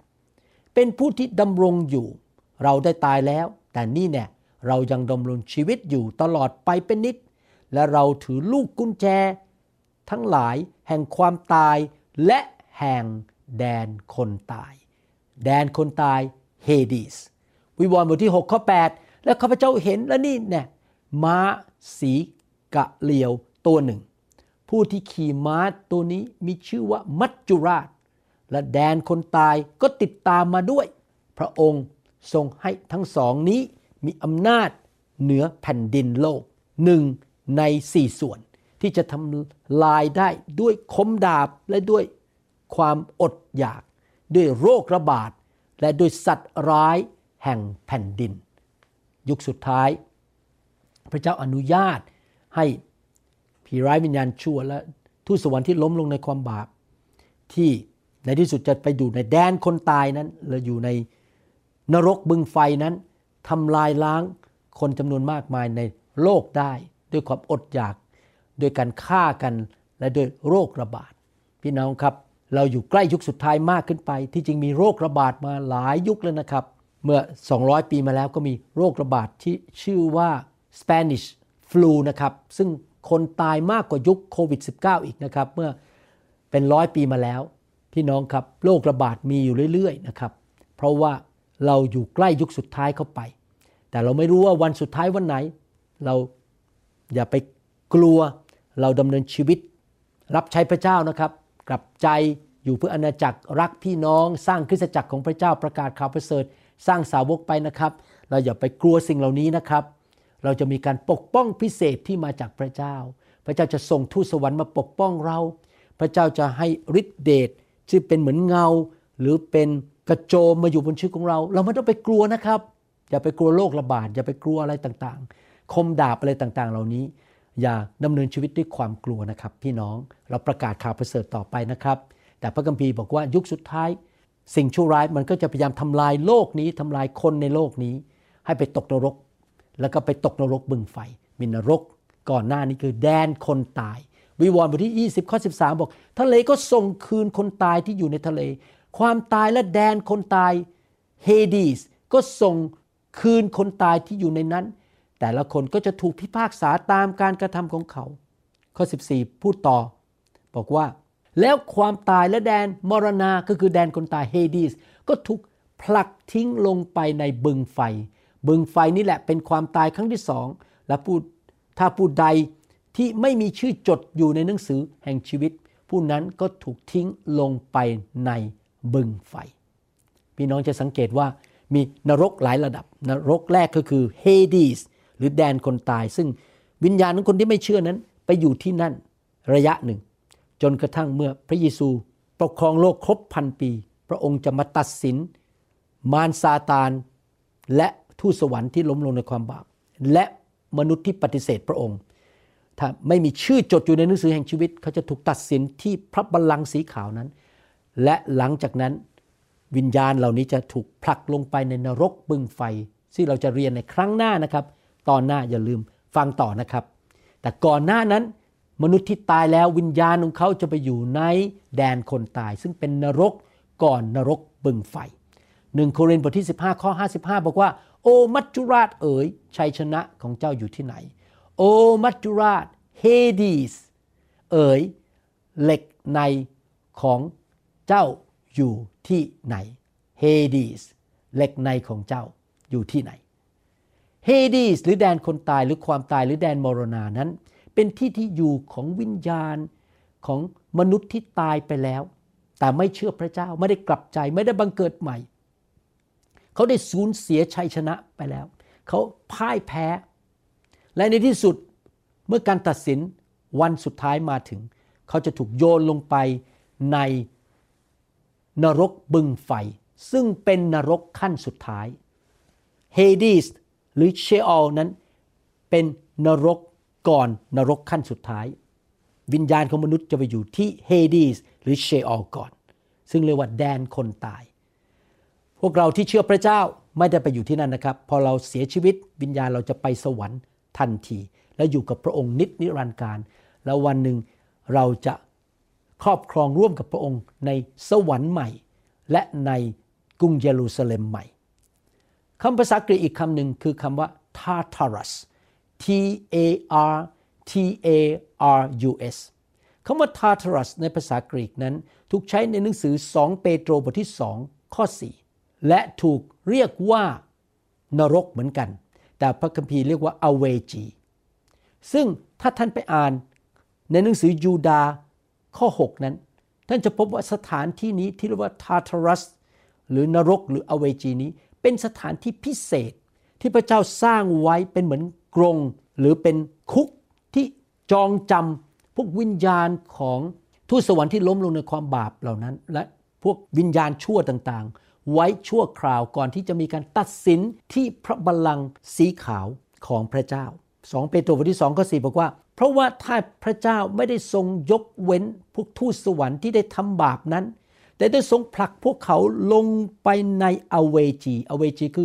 18เป็นผู้ที่ดำรงอยู่เราได้ตายแล้วแต่นี่แน่เรายังดำรงชีวิตอยู่ตลอดไปเป็นนิจและเราถือลูกกุญแจทั้งหลายแห่งความตายและแห่งแดนคนตายแดนคนตาย Hades วิวรณ์บทที่6ข้อ8และข้าพเจ้าเห็นและนี่แน่ม้าสีกะเหลี่ยวตัวหนึ่งผู้ที่ขี่ม้าตัวนี้มีชื่อว่ามัจจุราชและแดนคนตายก็ติดตามมาด้วยพระองค์ทรงให้ทั้งสองนี้มีอำนาจเหนือแผ่นดินโลก1ใน4ส่วนที่จะทำลายได้ด้วยคมดาบและด้วยความอดอยากด้วยโรคระบาดและด้วยสัตว์ร้ายแห่งแผ่นดินยุคสุดท้ายพระเจ้าอนุญาตให้ผีร้ายวิญญาณชั่วและทูตสวรรค์ที่ล้มลงในความบาปที่ในที่สุดจะไปอยู่ในแดนคนตายนั้นและอยู่ในนรกบึงไฟนั้นทำลายล้างคนจำนวนมากมายในโลกได้ด้วยความอดอยากด้วยการฆ่ากันและด้วยโรคระบาดพี่น้องครับเราอยู่ใกล้ยุคสุดท้ายมากขึ้นไปที่จริงมีโรคระบาดมาหลายยุคแล้วนะครับเมื่อ200ปีมาแล้วก็มีโรคระบาดที่ชื่อว่า Spanish flu นะครับซึ่งคนตายมากกว่ายุคโควิด -19 อีกนะครับเมื่อเป็น100ปีมาแล้วพี่น้องครับโรคระบาดมีอยู่เรื่อยๆนะครับเพราะว่าเราอยู่ใกล้ยุคสุดท้ายเข้าไปแต่เราไม่รู้ว่าวันสุดท้ายวันไหนเราอย่าไปกลัวเราดำเนินชีวิตรับใช้พระเจ้านะครับกลับใจอยู่เพื่ออาณาจักรรักพี่น้องสร้างคริสตจักรของพระเจ้าประกาศข่าวประเสริฐสร้างสาวกไปนะครับเราอย่าไปกลัวสิ่งเหล่านี้นะครับเราจะมีการปกป้องพิเศษที่มาจากพระเจ้าพระเจ้าจะส่งทูตสวรรค์มาปกป้องเราพระเจ้าจะให้ฤทธิเดชที่เป็นเหมือนเงาหรือเป็นกระโจมมาอยู่บนชีวิตของเราเราไม่ต้องไปกลัวนะครับอย่าไปกลัวโรคระบาดอย่าไปกลัวอะไรต่างๆคมดาบอะไรต่างๆเหล่านี้อย่าดำเนินชีวิตด้วยความกลัวนะครับพี่น้องเราประกาศข่าวประเสริฐต่อไปนะครับแต่พระคัมภีร์บอกว่ายุคสุดท้ายสิ่งชั่วร้ายมันก็จะพยายามทำลายโลกนี้ทำลายคนในโลกนี้ให้ไปตกนรกแล้วก็ไปตกนรกบึงไฟมีนรกก่อนหน้านี้คือแดนคนตายวิวรณ์บทที่20ข้อ13บอกทะเลก็ส่งคืนคนตายที่อยู่ในทะเลความตายและแดนคนตายเฮดีสก็ส่งคืนคนตายที่อยู่ในนั้นแต่ละคนก็จะถูกพิพากษาตามการกระทำของเขาข้อ14พูดต่อบอกว่าแล้วความตายและแดนมรณะก็คือแดนคนตายเฮดีสก็ถูกผลักทิ้งลงไปในบึงไฟบึงไฟนี่แหละเป็นความตายครั้งที่สองและถ้าผู้ใดที่ไม่มีชื่อจดอยู่ในหนังสือแห่งชีวิตผู้นั้นก็ถูกทิ้งลงไปในบึงไฟพี่น้องจะสังเกตว่ามีนรกหลายระดับนรกแรกก็คือเฮดีสหรือแดนคนตายซึ่งวิญญาณของคนที่ไม่เชื่อนั้นไปอยู่ที่นั่นระยะหนึ่งจนกระทั่งเมื่อพระเยซูปกครองโลกครบ1,000 ปีพระองค์จะมาตัดสินมารซาตานและทูตสวรรค์ที่ล้มลงในความบาปและมนุษย์ที่ปฏิเสธพระองค์ถ้าไม่มีชื่อจดอยู่ในหนังสือแห่งชีวิตเขาจะถูกตัดสินที่พระบัลลังก์สีขาวนั้นและหลังจากนั้นวิญญาณเหล่านี้จะถูกผลักลงไปในนรกบึงไฟซึ่งเราจะเรียนในครั้งหน้านะครับตอนหน้าอย่าลืมฟังต่อนะครับแต่ก่อนหน้านั้นมนุษย์ที่ตายแล้ววิญญาณของเขาจะไปอยู่ในแดนคนตายซึ่งเป็นนรกก่อนนรกบึงไฟ1 โครินธ์บทที่15ข้อ55บอกว่าโอมัจจุราชเอ๋ยชัยชนะของเจ้าอยู่ที่ไหนโอมัจจุราชเฮดีสเอ๋ยเหล็กในของเจ้าอยู่ที่ไหนเฮดีสเหล็กในของเจ้าอยู่ที่ไหนเฮดีสหรือแดนคนตายหรือความตายหรือแดนมรณะนั้นเป็นที่ที่อยู่ของวิญญาณของมนุษย์ที่ตายไปแล้วแต่ไม่เชื่อพระเจ้าไม่ได้กลับใจไม่ได้บังเกิดใหม่เขาได้สูญเสียชัยชนะไปแล้วเขาพ่ายแพ้และในที่สุดเมื่อการตัดสินวันสุดท้ายมาถึงเขาจะถูกโยนลงไปในนรกบึงไฟซึ่งเป็นนรกขั้นสุดท้ายเฮดีสหรือเชออลนั้นเป็นนรกก่อนนรกขั้นสุดท้ายวิญญาณของมนุษย์จะไปอยู่ที่เฮดีสหรือเชออลก่อนซึ่งเรียกว่าแดนคนตายพวกเราที่เชื่อพระเจ้าไม่ได้ไปอยู่ที่นั่นนะครับพอเราเสียชีวิตวิญญาณเราจะไปสวรรค์ทันทีและอยู่กับพระองค์นิรันดร์กาลแล้ววันหนึ่งเราจะครอบครองร่วมกับพระองค์ในสวรรค์ใหม่และในกรุงเยรูซาเล็มใหม่คำภาษากรีกอีกคำหนึ่งคือคำว่า Tartarus T A R T A R U S คำว่า Tartarus ในภาษากรีกนั้นถูกใช้ในหนังสือ2 เปโตรบทที่2ข้อ4และถูกเรียกว่านรกเหมือนกันแต่พระคัมภีร์เรียกว่าอเวจีซึ่งถ้าท่านไปอ่านในหนังสือยูดาห์ข้อ6นั้นท่านจะพบว่าสถานที่นี้ที่เรียกว่า Tartarus หรือนรกหรืออเวจีนี้เป็นสถานที่พิเศษที่พระเจ้าสร้างไว้เป็นเหมือนกรงหรือเป็นคุกที่จองจำพวกวิญญาณของทูตสวรรค์ที่ล้มลงในความบาปเหล่านั้นและพวกวิญญาณชั่วต่างๆไว้ชั่วคราวก่อนที่จะมีการตัดสินที่พระบัลลังก์สีขาวของพระเจ้า2 เปโตรบทที่2ข้อ4บอกว่าเพราะว่าถ้าพระเจ้าไม่ได้ทรงยกเว้นพวกทูตสวรรค์ที่ได้ทำบาปนั้นแต่ได้ทรงผลักพวกเขาลงไปในอเวจีคือ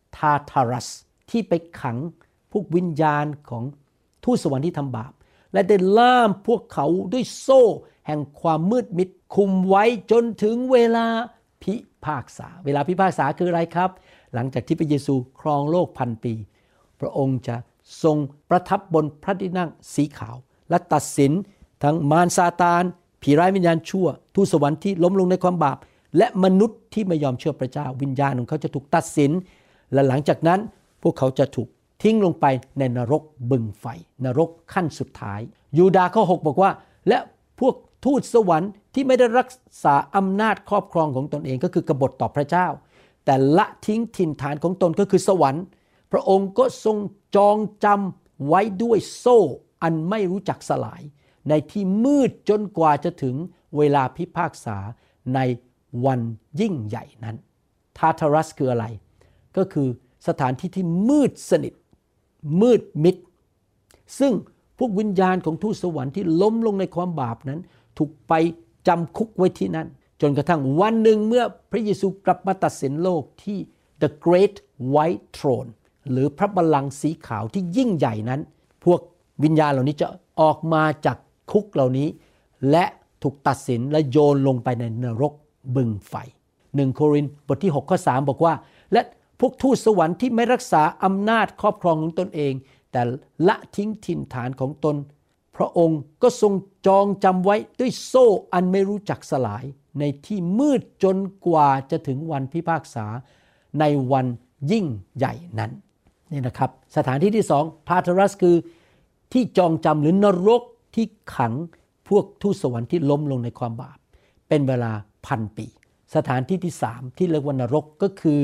ทาทารัสที่ไปขังพวกวิญญาณของทูตสวรรค์ที่ทำบาปและได้ล่ามพวกเขาด้วยโซ่แห่งความมืดมิดคุมไว้จนถึงเวลาพิพากษาเวลาพิพากษาคืออะไรครับหลังจากที่พระเยซูครองโลก1,000 ปีพระองค์จะทรงประทับบนพระที่นั่งสีขาวและตัดสินทั้งมารซาตานผีร้ายวิญญาณชั่วทูตสวรรค์ที่ล้มลงในความบาปและมนุษย์ที่ไม่ยอมเชื่อพระเจ้าวิญญาณของเขาจะถูกตัดสินและหลังจากนั้นพวกเขาจะถูกทิ้งลงไปในนรกบึงไฟนรกขั้นสุดท้ายยูดาห์ข้อ 6บอกว่าและพวกทูตสวรรค์ที่ไม่ได้รักษาอำนาจครอบครองของตนเองก็คือกบฏต่อพระเจ้าแต่ละทิ้งถิ่นฐานของตนก็คือสวรรค์พระองค์ก็ทรงจองจำไว้ด้วยโซ่อันไม่รู้จักสลายในที่มืดจนกว่าจะถึงเวลาพิพากษาในวันยิ่งใหญ่นั้นทาทารัสคืออะไรก็คือสถานที่ที่มืดสนิทมืดมิดซึ่งพวกวิญญาณของทูตสวรรค์ที่ล้มลงในความบาปนั้นถูกไปจำคุกไว้ที่นั่นจนกระทั่งวันหนึ่งเมื่อพระเยซูกลับมาตัดสินโลกที่ The Great White Throne หรือพระบัลลังก์สีขาวที่ยิ่งใหญ่นั้นพวกวิญญาณเหล่านี้จะออกมาจากคุกเหล่านี้และถูกตัดสินและโยนลงไปในนรกบึงไฟ1โครินธ์บทที่6ข้อ3บอกว่าและพวกทูตสวรรค์ที่ไม่รักษาอำนาจครอบครองของตนเองแต่ละทิ้งถิ่นฐานของตนพระองค์ก็ทรงจองจำไว้ด้วยโซ่อันไม่รู้จักสลายในที่มืดจนกว่าจะถึงวันพิพากษาในวันยิ่งใหญ่นั้นนี่นะครับสถานที่ที่2พาทารัสคือที่จองจำหรือนรกที่ขังพวกทูตสวรรค์ที่ล้มลงในความบาปเป็นเวลา1,000 ปีสถานที่ที่3ที่เรียกว่านรกก็คือ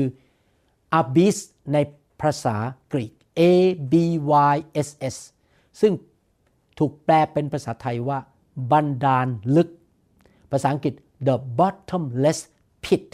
Abyss ในภาษากรีก ABYSS ซึ่งถูกแปลเป็นภาษาไทยว่าบันดาลลึกภาษาอังกฤษ the bottomless pit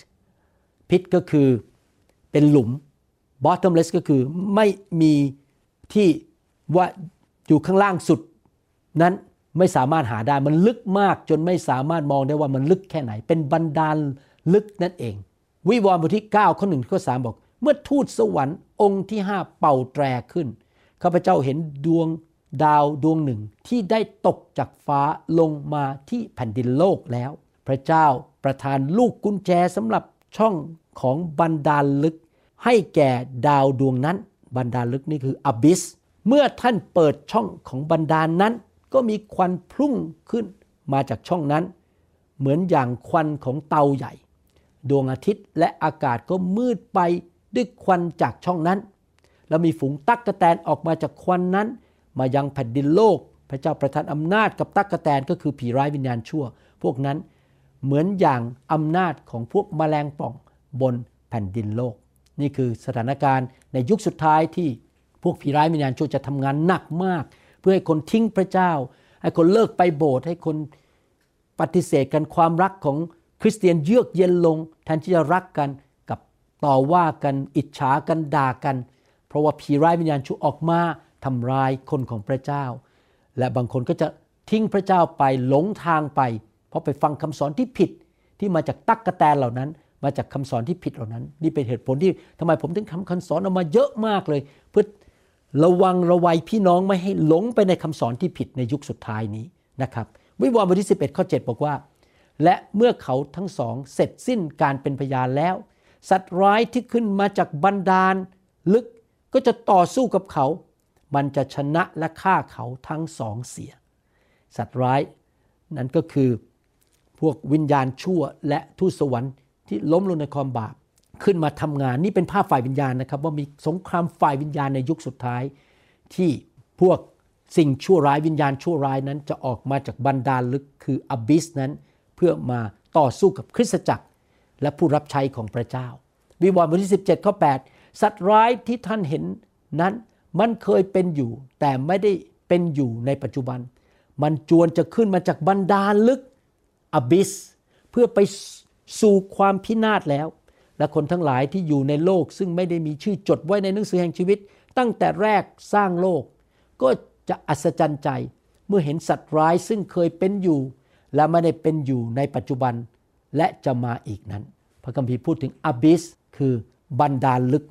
pit ก็คือเป็นหลุม bottomless ก็คือไม่มีที่ว่าอยู่ข้างล่างสุดนั้นไม่สามารถหาได้มันลึกมากจนไม่สามารถมองได้ว่ามันลึกแค่ไหนเป็นบันดาลลึกนั่นเองวิวรณ์บทที่9ข้อ1ข้อ3บอกเมื่อทูตสวรรค์องค์ที่5เป่าแตรขึ้นข้าพเจ้าเห็นดวงดาวดวงหนึ่งที่ได้ตกจากฟ้าลงมาที่แผ่นดินโลกแล้วพระเจ้าประทานลูกกุญแจสำหรับช่องของบันดาลลึกให้แก่ดาวดวงนั้นบันดาลลึกนี่คือ Abyss เมื่อท่านเปิดช่องของบันดาลนั้นก็มีควันพุ่งขึ้นมาจากช่องนั้นเหมือนอย่างควันของเตาใหญ่ดวงอาทิตย์และอากาศก็มืดไปด้วยควันจากช่องนั้นแล้วมีฝูงตั๊กแตนออกมาจากควันนั้นมายังแผ่นดินโลกพระเจ้าประทานอำนาจกับตั๊กแตนก็คือผีร้ายวิญญาณชั่วพวกนั้นเหมือนอย่างอำนาจของพวกแมลงป่องบนแผ่นดินโลกนี่คือสถานการณ์ในยุคสุดท้ายที่พวกผีร้ายวิญญาณชั่วจะทำงานหนักมากเพื่อให้คนทิ้งพระเจ้าให้คนเลิกไปโบสถ์ให้คนปฏิเสธกันความรักของคริสเตียนเยือกเย็นลงแทนที่จะรักกันกับต่อว่ากันอิจฉากันด่ากันเพราะว่าผีร้ายวิญญาณชั่วออกมาทำร้ายคนของพระเจ้าและบางคนก็จะทิ้งพระเจ้าไปหลงทางไปเพราะไปฟังคำสอนที่ผิดที่มาจากตั๊กแตนเหล่านั้นมาจากคำสอนที่ผิดเหล่านั้นนี่เป็นเหตุผลที่ทำไมผมถึงทำคำสอนออกมาเยอะมากเลยเพื่อระวังระวัยพี่น้องไม่ให้หลงไปในคำสอนที่ผิดในยุคสุดท้ายนี้นะครับวิวรณ์บทที่11ข้อ7บอกว่าและเมื่อเขาทั้งสองเสร็จสิ้นการเป็นพยานแล้วสัตว์ร้ายที่ขึ้นมาจากบันดาลลึกก็จะต่อสู้กับเขามันจะชนะและฆ่าเขาทั้งสองเสียสัตว์ร้ายนั้นก็คือพวกวิญญาณชั่วและทูตสวรรค์ที่ล้มลงในความบาปขึ้นมาทำงานนี่เป็นภาพฝ่ายวิญญาณนะครับว่ามีสงครามฝ่ายวิญญาณในยุคสุดท้ายที่พวกสิ่งชั่วร้ายวิญญาณชั่วร้ายนั้นจะออกมาจากบันดาลลึกคืออบิสนั้นเพื่อมาต่อสู้กับคริสตจักรและผู้รับใช้ของพระเจ้าวิวรณ์บทที่17ข้อ8สัตว์ร้ายที่ท่านเห็นนั้นมันเคยเป็นอยู่แต่ไม่ได้เป็นอยู่ในปัจจุบันมันจวนจะขึ้นมาจากบันดาลลึกอบิสเพื่อไปสู่ความพินาศแล้วและคนทั้งหลายที่อยู่ในโลกซึ่งไม่ได้มีชื่อจดไว้ในหนังสือแห่งชีวิตตั้งแต่แรกสร้างโลกก็จะอัศจรรย์ใจเมื่อเห็นสัตว์ร้ายซึ่งเคยเป็นอยู่และไม่ได้เป็นอยู่ในปัจจุบันและจะมาอีกนั้นพระคัมภีร์พูดถึง Abyss คือบันดาลลึกนั้น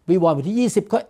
วิวรณ์บทที่20ข้อ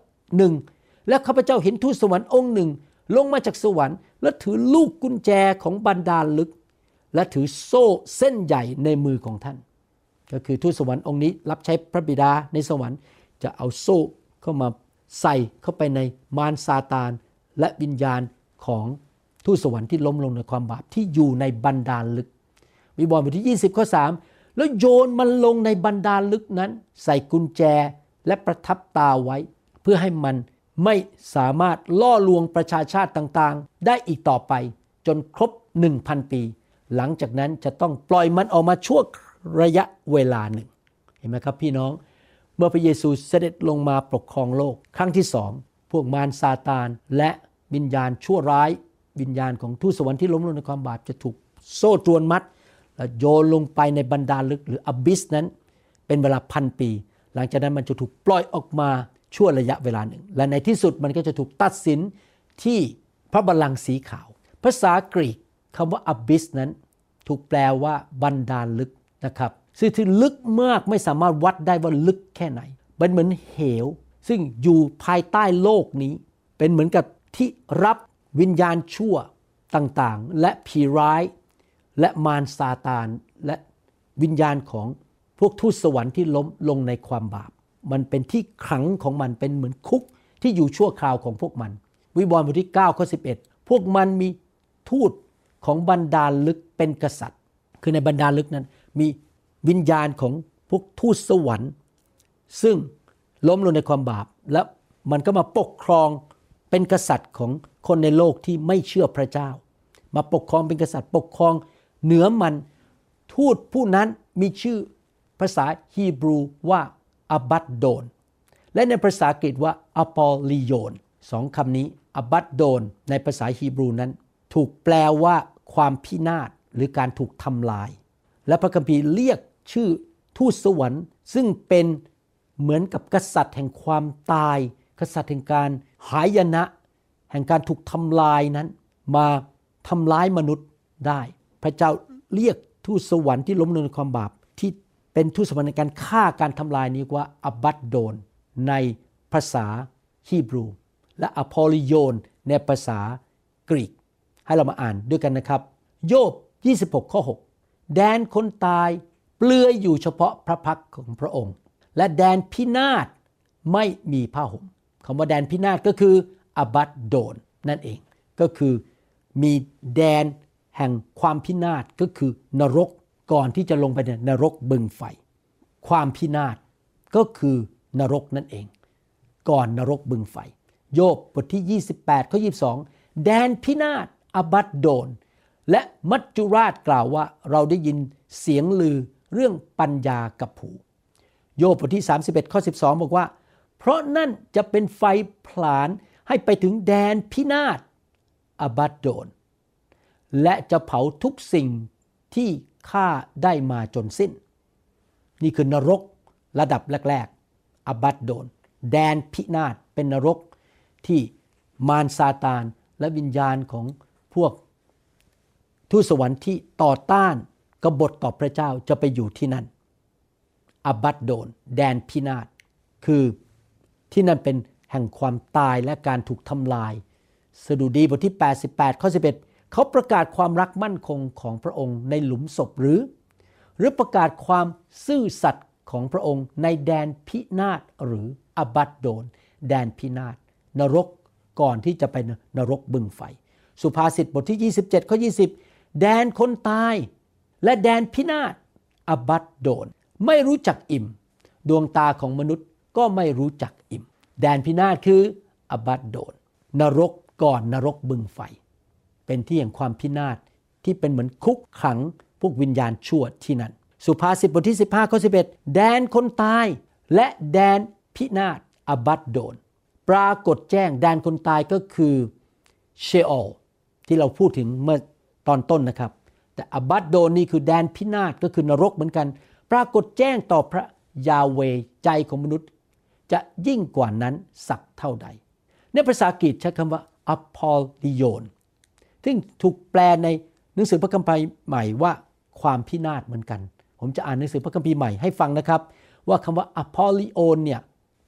1และข้าพเจ้าเห็นทูตสวรรค์องค์หนึ่งลงมาจากสวรรค์และถือลูกกุญแจของบรรดาลลึกและถือโซ่เส้นใหญ่ในมือของท่านก็คือทูตสวรรค์องค์นี้รับใช้พระบิดาในสวรรค์จะเอาโซ่เข้ามาใส่เข้าไปในมารซาตานและวิญญาณของทูตสวรรค์ที่ล้มลงในความบาปที่อยู่ในบรรดาลลึกวิวรณ์บทที่20ข้อ3แล้วโยนมันลงในบรรดาลลึกนั้นใส่กุญแจและประทับตาไว้เพื่อให้มันไม่สามารถล่อลวงประชาชาติต่างๆได้อีกต่อไปจนครบ 1,000 ปีหลังจากนั้นจะต้องปล่อยมันออกมาชั่วระยะเวลาหนึ่งเห็นไหมครับพี่น้องเมื่อพระเยซูเสด็จลงมาปกครองโลกครั้งที่2พวกมารซาตานและวิญญาณชั่วร้ายวิญญาณของทูตสวรรค์ที่ล้มลงในความบาปจะถูกโซ่ตรวนมัดและโยนลงไปในบรรดาลึกหรืออบิสนั้นเป็นเวลา 1,000 ปีหลังจากนั้นมันจะถูกปล่อยออกมาชั่วระยะเวลาหนึ่งและในที่สุดมันก็จะถูกตัดสินที่พระบัลลังก์สีขาวภาษากรีกคำว่า abyss นั้นถูกแปลว่าบรรดาลลึกนะครับซึ่งที่ลึกมากไม่สามารถวัดได้ว่าลึกแค่ไหนมันเหมือนเหวซึ่งอยู่ภายใต้โลกนี้เป็นเหมือนกับที่รับวิญญาณชั่วต่างๆและผีร้ายและมารซาตานและวิญญาณของพวกทูตสวรรค์ที่ล้มลงในความบาปมันเป็นที่ขังของมันเป็นเหมือนคุกที่อยู่ชั่วคราวของพวกมันวิวรณ์บทที่9ข้อ11พวกมันมีทูตของบรรดาลลึกเป็นกษัตริย์คือในบรรดาลึกนั้นมีวิญญาณของพวกทูตสวรรค์ซึ่งล้มลงในความบาปแล้วมันก็มาปกครองเป็นกษัตริย์ของคนในโลกที่ไม่เชื่อพระเจ้ามาปกครองเป็นกษัตริย์ปกครองเหนือมันทูตผู้นั้นมีชื่อภาษาฮีบรูว่าอับัดโดนและในภาษาอังกฤษว่าอปอลิโยนสองคำนี้อับัดโดนในภาษาฮีบรูนั้นถูกแปลว่าความพินาศหรือการถูกทำลายและพระคัมภีร์เรียกชื่อทูตสวรรค์ซึ่งเป็นเหมือนกับกษัตริย์แห่งความตายกษัตริย์แห่งการหายนะแห่งการถูกทำลายนั้นมาทำร้ายมนุษย์ได้พระเจ้าเรียกทูตสวรรค์ที่ล้มลงในความบาปที่เป็นทูตสวรรค์ในการฆ่าการทำลายนี้ว่าอับัดโดนในภาษาฮีบรูและอพอลิโยนในภาษากรีกให้เรามาอ่านด้วยกันนะครับโยบ26ข้อ6แดนคนตายเปลือยอยู่เฉพาะพระพักตร์ของพระองค์และแดนพินาศไม่มีผ้าห่มคำว่าแดนพินาศก็คืออบัดโดนนั่นเองก็คือมีแดนแห่งความพินาศก็คือนรกก่อนที่จะลงไปในนรกบึงไฟความพินาศก็คือนรกนั่นเองก่อนนรกบึงไฟโยบบทที่28ข้อ22แดนพินาศอบัดโดนและมัจจุราชกล่าวว่าเราได้ยินเสียงลือเรื่องปัญญากับผูโยบบทที่31ข้อ12บอกว่าเพราะนั่นจะเป็นไฟผลาญให้ไปถึงแดนพินาศอบัดโดนและจะเผาทุกสิ่งที่ฆ่าได้มาจนสิ้นนี่คือนรกระดับแรกๆอบัดโดนแดนพินาศเป็นนรกที่มารซาตานและวิญญาณของพวกทูตสวรรค์ที่ต่อต้านกบฏต่อพระเจ้าจะไปอยู่ที่นั่นอบัดโดนแดนพินาศคือที่นั่นเป็นแห่งความตายและการถูกทำลายสดุดีบทที่88ข้อ11เขาประกาศความรักมั่นคงของพระองค์ในหลุมศพหรือประกาศความซื่อสัตย์ของพระองค์ในแดนพินาศหรืออบัดโดนแดนพินาศนรกก่อนที่จะไปนรกบึงไฟสุภาษิตบทที่27ข้อ20แดนคนตายและแดนพินาศอบัดโดนไม่รู้จักอิ่มดวงตาของมนุษย์ก็ไม่รู้จักอิ่มแดนพินาศคืออบัดโดนนรกก่อนนรกบึงไฟเป็นที่แห่งความพินาศที่เป็นเหมือนคุกขังพวกวิญญาณชั่วที่นั่นสุภาษิตบทที่15ข้อ11แดนคนตายและแดนพินาศอบัดโดนปรากฏแจ้งแดนคนตายก็คือเชโอลที่เราพูดถึงเมื่อตอนต้นนะครับแต่อบัดโดนนี่คือแดนพินาศก็คือนรกเหมือนกันปรากฏแจ้งต่อพระยาเวห์ใจของมนุษย์จะยิ่งกว่านั้นสักเท่าใดในภาษาอังกฤษใช้คำว่าอพอลิโยนซึ่งถูกแปลในหนังสือพระคัมภีร์ใหม่ว่าความพินาศเหมือนกันผมจะอ่านหนังสือพระคัมภีร์ใหม่ให้ฟังนะครับว่าคำว่าอพอลิโอนเนี่ย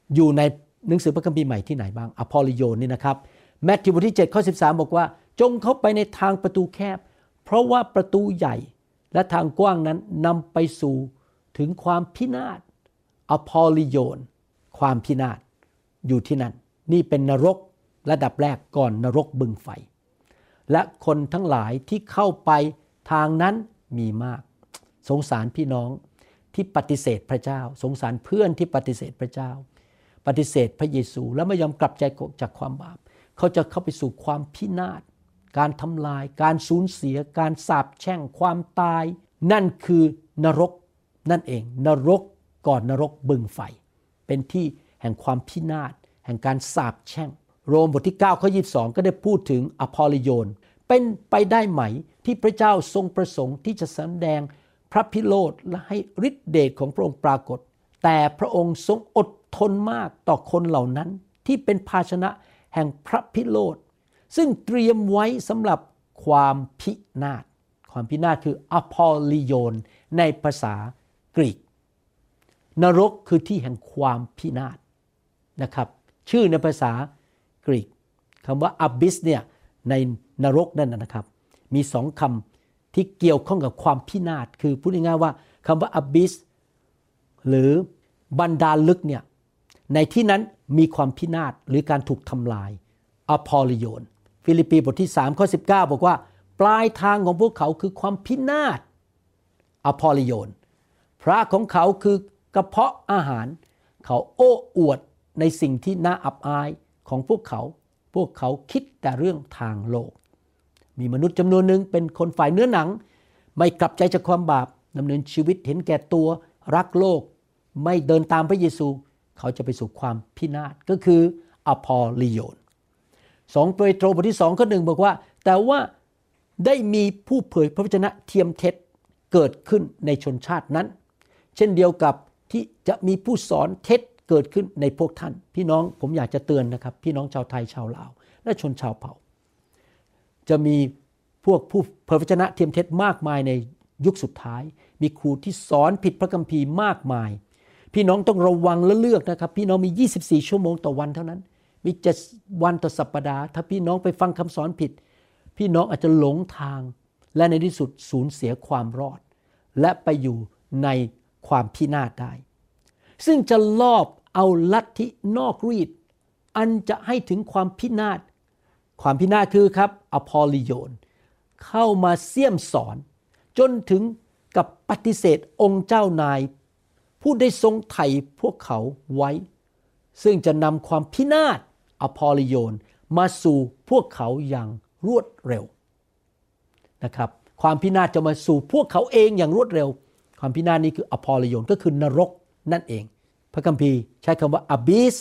อยู่ในหนังสือพระคัมภีร์ใหม่ที่ไหนบ้างอพอลลิโยนนี่นะครับแมทธิวบทที่7ข้อ13บอกว่าจงเข้าไปในทางประตูแคบเพราะว่าประตูใหญ่และทางกว้างนั้นนำไปสู่ถึงความพินาศอพอลลิโยนความพินาศอยู่ที่นั่นนี่เป็นนรกระดับแรกก่อนนรกบึงไฟและคนทั้งหลายที่เข้าไปทางนั้นมีมากสงสารพี่น้องที่ปฏิเสธพระเจ้าสงสารเพื่อนที่ปฏิเสธพระเจ้าปฏิเสธพระเยซูและไม่ยอมกลับใจจากความบาปเขาจะเข้าไปสู่ความพินาศการทำลายการสูญเสียการสาปแช่งความตายนั่นคือนรกนั่นเองนรกก่อนนรกบึงไฟเป็นที่แห่งความพินาศแห่งการสาปแช่งโรมบทที่9ข้อ22ก็ได้พูดถึงอพอลลิโยนเป็นไปได้ไหมที่พระเจ้าทรงประสงค์ที่จะแสดงพระพิโรธและให้ฤทธิเดชของพระองค์ปรากฏแต่พระองค์ทรงอดทนมากต่อคนเหล่านั้นที่เป็นภาชนะแห่งพระพิโรธซึ่งเตรียมไว้สำหรับความพินาศความพินาศคืออพอลลิโยนในภาษากรีกนรกคือที่แห่งความพินาศนะครับชื่อในภาษากรีกคำว่าอับบิสเนี่ยในนรกนั่นนะครับมีสองคำที่เกี่ยวข้องกับความพินาศคือพูดง่ายๆว่าคำว่าอับบิสหรือบรรดาลึกเนี่ยในที่นั้นมีความพินาศหรือการถูกทำลายอพอลลิโยนฟิลิปปีบทที่3ข้อ19บอกว่าปลายทางของพวกเขาคือความพินาศอพอลลิโยนพระของเขาคือกระเพาะอาหารเขาโอ้อวดในสิ่งที่น่าอับอายของพวกเขาคิดแต่เรื่องทางโลกมีมนุษย์จำนวนหนึ่งเป็นคนฝ่ายเนื้อหนังไม่กลับใจจากความบาปดำเนินชีวิตเห็นแก่ตัวรักโลกไม่เดินตามพระเยซูเขาจะไปสู่ความพินาศก็คืออพอลลิโยน2เปโตรบทที่2ข้อ1บอกว่าแต่ว่าได้มีผู้เผยพระวจนะเทียมเท็จเกิดขึ้นในชนชาตินั้นเช่นเดียวกับที่จะมีผู้สอนเท็จเกิดขึ้นในพวกท่านพี่น้องผมอยากจะเตือนนะครับพี่น้องชาวไทยชาวลาวและชนชาวเผ่าจะมีพวกผู้เผยพระวจนะเทียมเท็จมากมายในยุคสุดท้ายมีครูที่สอนผิดพระคัมภีร์มากมายพี่น้องต้องระวังและเลือกนะครับพี่น้องมี24ชั่วโมงต่อวันเท่านั้นมี7วันต่อสัปดาห์ถ้าพี่น้องไปฟังคำสอนผิดพี่น้องอาจจะหลงทางและในที่สุดสูญเสียความรอดและไปอยู่ในความพินาศได้ซึ่งจะลอบเอาลัทธินอกรีดอันจะให้ถึงความพินาศคือครับอพอลลิโยนเข้ามาเสี่ยมสอนจนถึงกับปฏิเสธองค์เจ้านายผู้ได้ทรงไถ่พวกเขาไว้ซึ่งจะนำความพินาศอพอลลิโยนมาสู่พวกเขาอย่างรวดเร็วนะครับความพินาศจะมาสู่พวกเขาเองอย่างรวดเร็วความพินาศนี้คืออพอลลิโยนก็คือนรกนั่นเองพระคัมภีร์ใช้คำว่า abyss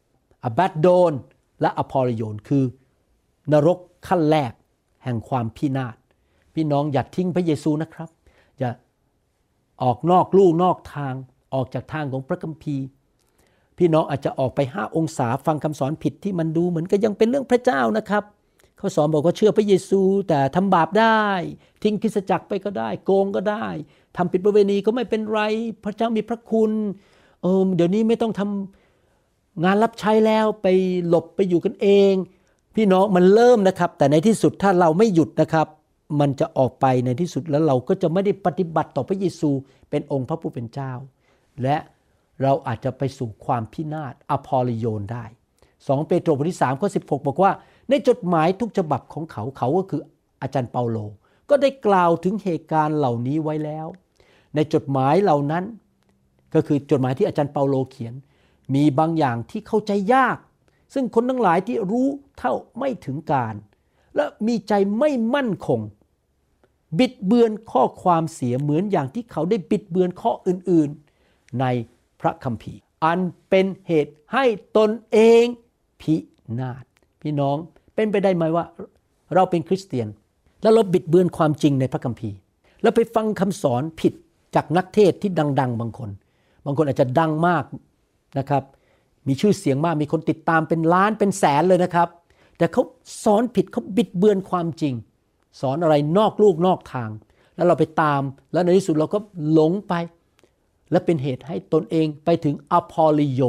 abaddon และอพอลลิโยนคือนรกขั้นแรกแห่งความพินาศพี่น้องอย่าทิ้งพระเยซูนะครับอย่าออกนอกลู่นอกทางออกจากทางของพระคัมภีร์พี่น้องอาจจะออกไป5องศาฟังคำสอนผิดที่มันดูเหมือนกับยังเป็นเรื่องพระเจ้านะครับเขาสอนบอกว่าเชื่อพระเยซูแต่ทำบาปได้ทิ้งคริสตจักรไปก็ได้โกงก็ได้ทำผิดประเวณีก็ไม่เป็นไรพระเจ้ามีพระคุณเดี๋ยวนี้ไม่ต้องทำงานรับใช้แล้วไปหลบไปอยู่กันเองพี่น้องมันเริ่มนะครับแต่ในที่สุดถ้าเราไม่หยุดนะครับมันจะออกไปในที่สุดแล้วเราก็จะไม่ได้ปฏิบัติต่อพระเยซูเป็นองค์พระผู้เป็นเจ้าและเราอาจจะไปสู่ความพินาศอพอลลิโยนได้2เปโตรบทที่3ข้อ16บอกว่าในจดหมายทุกฉบับของเขาก็คืออาจารย์เปาโลก็ได้กล่าวถึงเหตุการณ์เหล่านี้ไว้แล้วในจดหมายเหล่านั้นก็คือจดหมายที่อาจารย์เปาโลเขียนมีบางอย่างที่เข้าใจยากซึ่งคนทั้งหลายที่รู้เท่าไม่ถึงการและมีใจไม่มั่นคงบิดเบือนข้อความเสียเหมือนอย่างที่เขาได้บิดเบือนข้ออื่นๆในพระคัมภีร์อันเป็นเหตุให้ตนเองพินาศพี่น้องเป็นไปได้ไหมว่าเราเป็นคริสเตียนแล้วเราบิดเบือนความจริงในพระคัมภีร์แล้วไปฟังคำสอนผิดจากนักเทศที่ดังๆบางคนอาจจะดังมากนะครับมีชื่อเสียงมากมีคนติดตามเป็นล้านเป็นแสนเลยนะครับแต่เขาสอนผิดเขาบิดเบือนความจริงสอนอะไรนอกลูกนอกทางแล้วเราไปตามแล้วในที่สุดเราก็หลงไปและเป็นเหตุให้ตนเองไปถึงอพอลลิโยน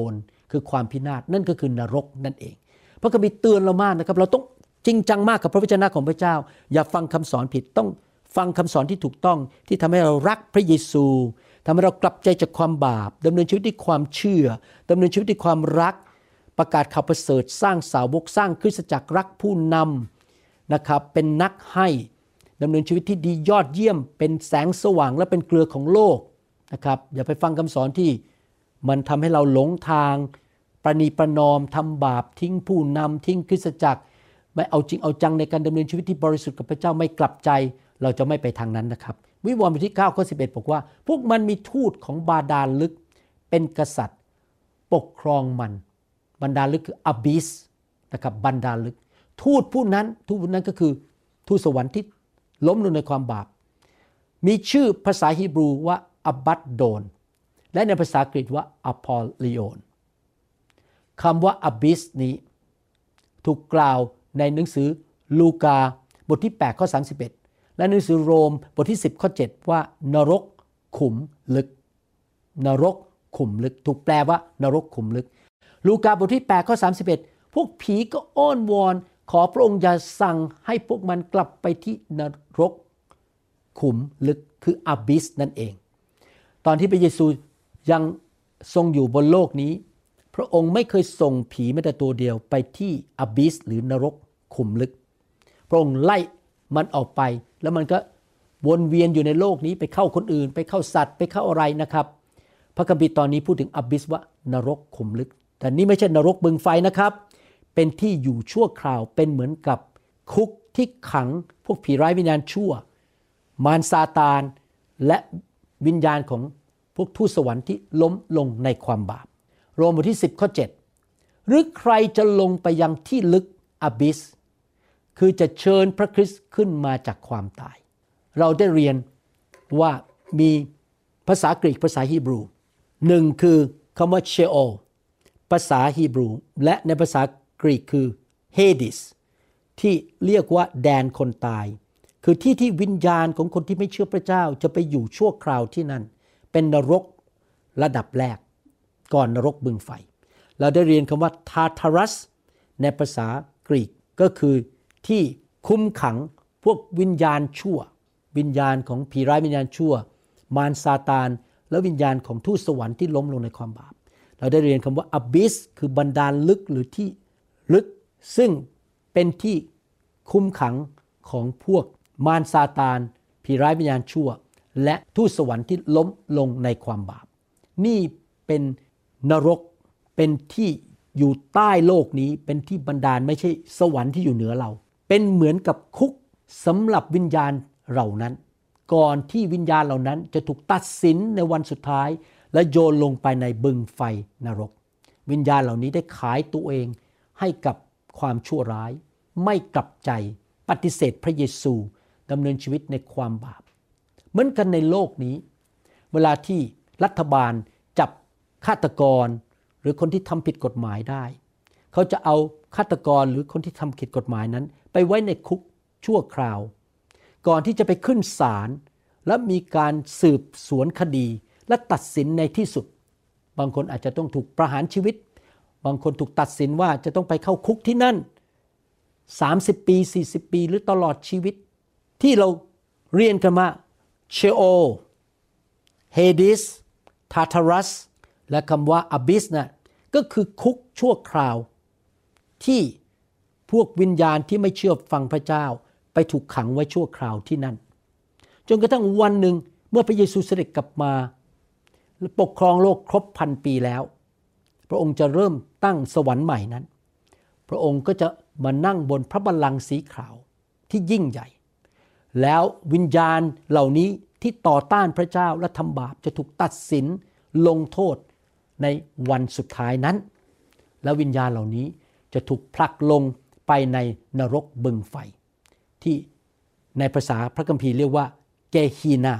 คือความพินาศนั่นก็คือนรกนั่นเองพระคัมภีร์เตือนเรามากนะครับเราต้องจริงจังมากกับพระวจนะของพระเจ้าอย่าฟังคำสอนผิดต้องฟังคำสอนที่ถูกต้องที่ทำให้เรารักพระเยซูทำให้เรากลับใจจากความบาปดำเนินชีวิตด้วยความเชื่อดำเนินชีวิตด้วยความรักประกาศข่าวประเสริฐสร้างสาวกสร้างคริสตจักรรักผู้นำนะครับเป็นนักให้ดำเนินชีวิตที่ดียอดเยี่ยมเป็นแสงสว่างและเป็นเกลือของโลกนะครับอย่าไปฟังคำสอนที่มันทำให้เราหลงทางประนีประนอมทำบาปทิ้งผู้นำทิ้งคริสตจักรไม่เอาจริงเอาจังในการดำเนินชีวิตที่บริสุทธิ์กับพระเจ้าไม่กลับใจเราจะไม่ไปทางนั้นนะครับวิวรณ์บทที่9ข้อ11บอกว่าพวกมันมีทูตของบาดาลลึกเป็นกษัตริย์ปกครองมันบรรดาลึกคืออบิสนะครับบรรดาลึกทูตผู้นั้นก็คือทูตสวรรค์ที่ล้มลงในความบาปมีชื่อภาษาฮีบรูว่าอับบัดโดนและในภาษากรีกว่าอพอลลิโอนคำว่าอบิสนี้ถูกกล่าวในหนังสือลูกาบทที่8ข้อ31และหนังสือโรมบทที่10ข้อ7ว่านรกขุมลึกนรกขุมลึกถูกแปลว่านรกขุมลึกลูกาบทที่8ข้อ31พวกผีก็อ้อนวอนขอพระองค์อย่าสั่งให้พวกมันกลับไปที่นรกขุมลึกคืออบิสนั่นเองตอนที่พระเยซูยังทรงอยู่บนโลกนี้พระองค์ไม่เคยส่งผีแม้แต่ตัวเดียวไปที่อบิสหรือนรกขุมลึกพระองค์ไล่มันออกไปแล้วมันก็วนเวียนอยู่ในโลกนี้ไปเข้าคนอื่นไปเข้าสัตว์ไปเข้าอะไรนะครับพระคัมภีร์ตอนนี้พูดถึงอบิสว่านรกขุมลึกแต่นี่ไม่ใช่นรกบึงไฟนะครับเป็นที่อยู่ชั่วคราวเป็นเหมือนกับคุกที่ขังพวกผีร้ายวิญญาณชั่วมารซาตานและวิญญาณของพวกทูตสวรรค์ที่ล้มลงในความบาปโรมบทที่10ข้อ7หรือใครจะลงไปยังที่ลึกอบิสคือจะเชิญพระคริสต์ขึ้นมาจากความตายเราได้เรียนว่ามีภาษากรีกภาษาฮีบรูหนึ่งคือคำว่าเชโอภาษาฮีบรูและในภาษากรีกคือเฮดิสที่เรียกว่าแดนคนตายคือที่ที่วิญญาณของคนที่ไม่เชื่อพระเจ้าจะไปอยู่ชั่วคราวที่นั่นเป็นนรกระดับแรกก่อนนรกบึงไฟเราได้เรียนคำว่าทาทารัสในภาษากรีกก็คือที่คุมขังพวกวิญญาณชั่ววิญญาณของผีร้ายวิญญาณชั่วมารซาตานและวิญญาณของทูตสวรรค์ที่ล้มลงในความบาปเราได้เรียนคำว่าอบิสคือบรรดาลลึกหรือที่ลึกซึ่งเป็นที่คุมขังของพวกมารซาตานผีร้ายวิญญาณชั่วและทูตสวรรค์ที่ล้มลงในความบาปนี่เป็นนรกเป็นที่อยู่ใต้โลกนี้เป็นที่บันดาลไม่ใช่สวรรค์ที่อยู่เหนือเราเป็นเหมือนกับคุกสำหรับวิญญาณเหล่านั้นก่อนที่วิญญาณเหล่านั้นจะถูกตัดสินในวันสุดท้ายและโยนลงไปในบึงไฟนรกวิญญาณเหล่านี้ได้ขายตัวเองให้กับความชั่วร้ายไม่กลับใจปฏิเสธพระเยซูดำเนินชีวิตในความบาปเหมือนกันในโลกนี้เวลาที่รัฐบาลจับฆาตกรหรือคนที่ทำผิดกฎหมายได้เขาจะเอาฆาตกรหรือคนที่ทำผิดกฎหมายนั้นไปไว้ในคุกชั่วคราวก่อนที่จะไปขึ้นศาลและมีการสืบสวนคดีและตัดสินในที่สุดบางคนอาจจะต้องถูกประหารชีวิตบางคนถูกตัดสินว่าจะต้องไปเข้าคุกที่นั่น30ปี40ปีหรือตลอดชีวิตที่เราเรียนกันมาเชโอเฮดิสทาทารัสและคำว่าอบิสนะก็คือคุกชั่วคราวที่พวกวิญญาณที่ไม่เชื่อฟังพระเจ้าไปถูกขังไว้ชั่วคราวที่นั่นจนกระทั่งวันหนึ่งเมื่อพระเยซูเสด็จกลับมาและปกครองโลกครบ1,000 ปีแล้วพระองค์จะเริ่มตั้งสวรรค์ใหม่นั้นพระองค์ก็จะมานั่งบนพระบัลลังก์สีขาวที่ยิ่งใหญ่แล้ววิญญาณเหล่านี้ที่ต่อต้านพระเจ้าและทำบาปจะถูกตัดสินลงโทษในวันสุดท้ายนั้นและวิญญาณเหล่านี้จะถูกผลักลงไปในนรกบึงไฟที่ในภาษาพระคัมภีร์เรียกว่าเกฮีนา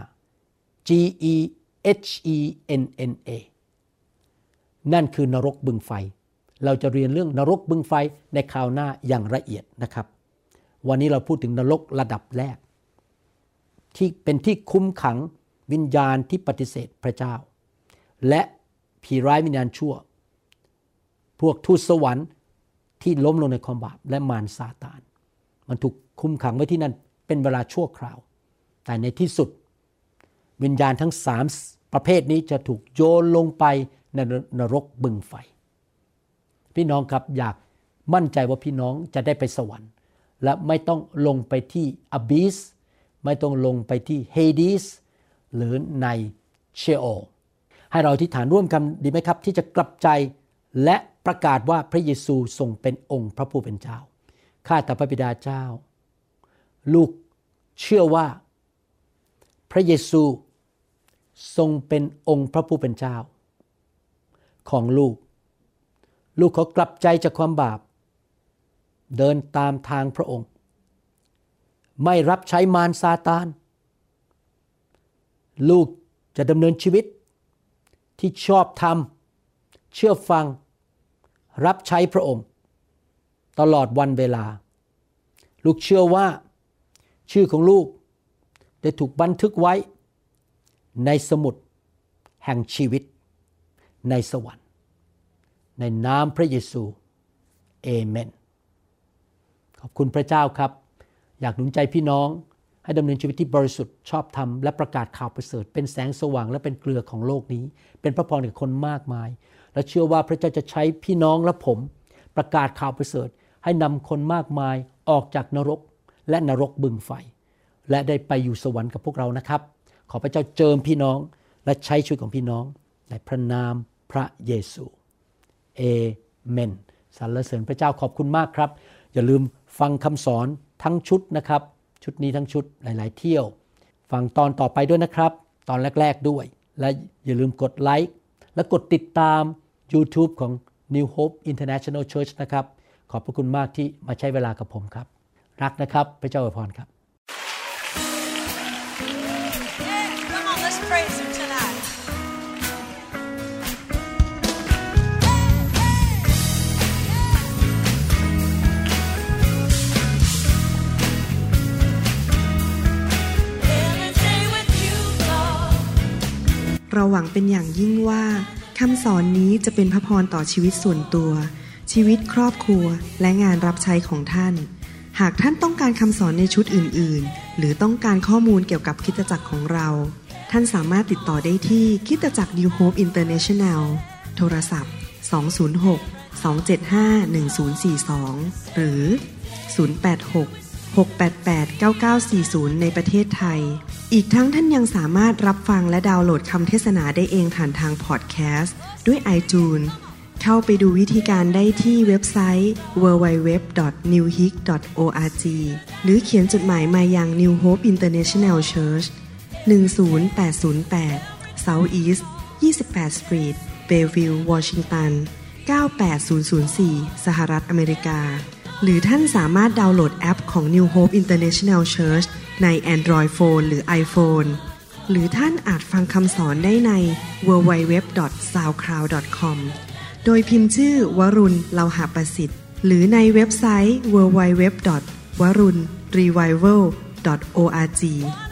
G-E-H-E-N-N-A นั่นคือนรกบึงไฟเราจะเรียนเรื่องนรกบึงไฟในคราวหน้าอย่างละเอียดนะครับวันนี้เราพูดถึงนรกระดับแรกที่เป็นที่คุมขังวิญญาณที่ปฏิเสธพระเจ้าและผีร้ายวิญญาณชั่วพวกทูตสวรรค์ที่ล้มลงในความบาปและมารซาตานมันถูกคุมขังไว้ที่นั่นเป็นเวลาชั่วคราวแต่ในที่สุดวิญญาณทั้ง3ประเภทนี้จะถูกโยนลงไปในนรกบึงไฟพี่น้องครับอยากมั่นใจว่าพี่น้องจะได้ไปสวรรค์และไม่ต้องลงไปที่อะบิสไม่ต้องลงไปที่เฮดิสหรือในเชโอลให้เราอธิษฐานร่วมกันดีไหมครับที่จะกลับใจและประกาศว่าพระเยซูทรงเป็นองค์พระผู้เป็นเจ้าข้าแต่พระบิดาเจ้าลูกเชื่อว่าพระเยซูทรงเป็นองค์พระผู้เป็นเจ้าของลูกขอกลับใจจากความบาปเดินตามทางพระองค์ไม่รับใช้มารซาตานลูกจะดำเนินชีวิตที่ชอบธรรมเชื่อฟังรับใช้พระองค์ตลอดวันเวลาลูกเชื่อว่าชื่อของลูกได้ถูกบันทึกไว้ในสมุดแห่งชีวิตในสวรรค์ในนามพระเยซูเอเมนขอบคุณพระเจ้าครับอยากหนุนใจพี่น้องให้ดำเนินชีวิตที่บริสุทธิ์ชอบธรรมและประกาศข่าวประเสริฐเป็นแสงสว่างและเป็นเกลือของโลกนี้เป็นพระพรแก่คนมากมายและเชื่อว่าพระเจ้าจะใช้พี่น้องและผมประกาศข่าวประเสริฐให้นำคนมากมายออกจากนรกและนรกบึงไฟและได้ไปอยู่สวรรค์กับพวกเรานะครับขอพระเจ้าเจิมพี่น้องและใช้ชีวิตของพี่น้องในพระนามพระเยซูเอเมนสรรเสริญพระเจ้าขอบคุณมากครับอย่าลืมฟังคำสอนทั้งชุดนะครับชุดนี้ทั้งชุดหลายๆเที่ยวฟังตอนต่อไปด้วยนะครับตอนแรกๆด้วยและอย่าลืมกดไลค์และกดติดตาม YouTube ของ New Hope International Church นะครับขอบพระคุณมากที่มาใช้เวลากับผมครับรักนะครับพระเจ้าอวยพรครับ Come on, let's praise him tonight. เราหวังเป็นอย่างยิ่งว่าคำสอนนี้จะเป็นพระพรต่อชีวิตส่วนตัวชีวิตครอบครัวและงานรับใช้ของท่านหากท่านต้องการคำสอนในชุดอื่นๆหรือต้องการข้อมูลเกี่ยวกับคริสตจักรของเราท่านสามารถติดต่อได้ที่คริสตจักร New Hope International โทรศัพท์206-275-1042หรือ086-688-9940ในประเทศไทยอีกทั้งท่านยังสามารถรับฟังและดาวน์โหลดคำเทศนาได้เองผ่านทางพอดแคสต์ด้วย iTunes เข้าไปดูวิธีการได้ที่เว็บไซต์ www.newhope.org หรือเขียนจดหมายมายัง New Hope International Church 10808 South East 28 Street Bellevue Washington 98004 สหรัฐอเมริกาหรือท่านสามารถดาวน์โหลดแอปของ New Hope International Church ใน Android Phone หรือ iPhone หรือท่านอาจฟังคำสอนได้ใน www.soundcloud.com โดยพิมพ์ชื่อวรุณ เลาหะประสิทธิ์หรือในเว็บไซต์ www.warunrevival.org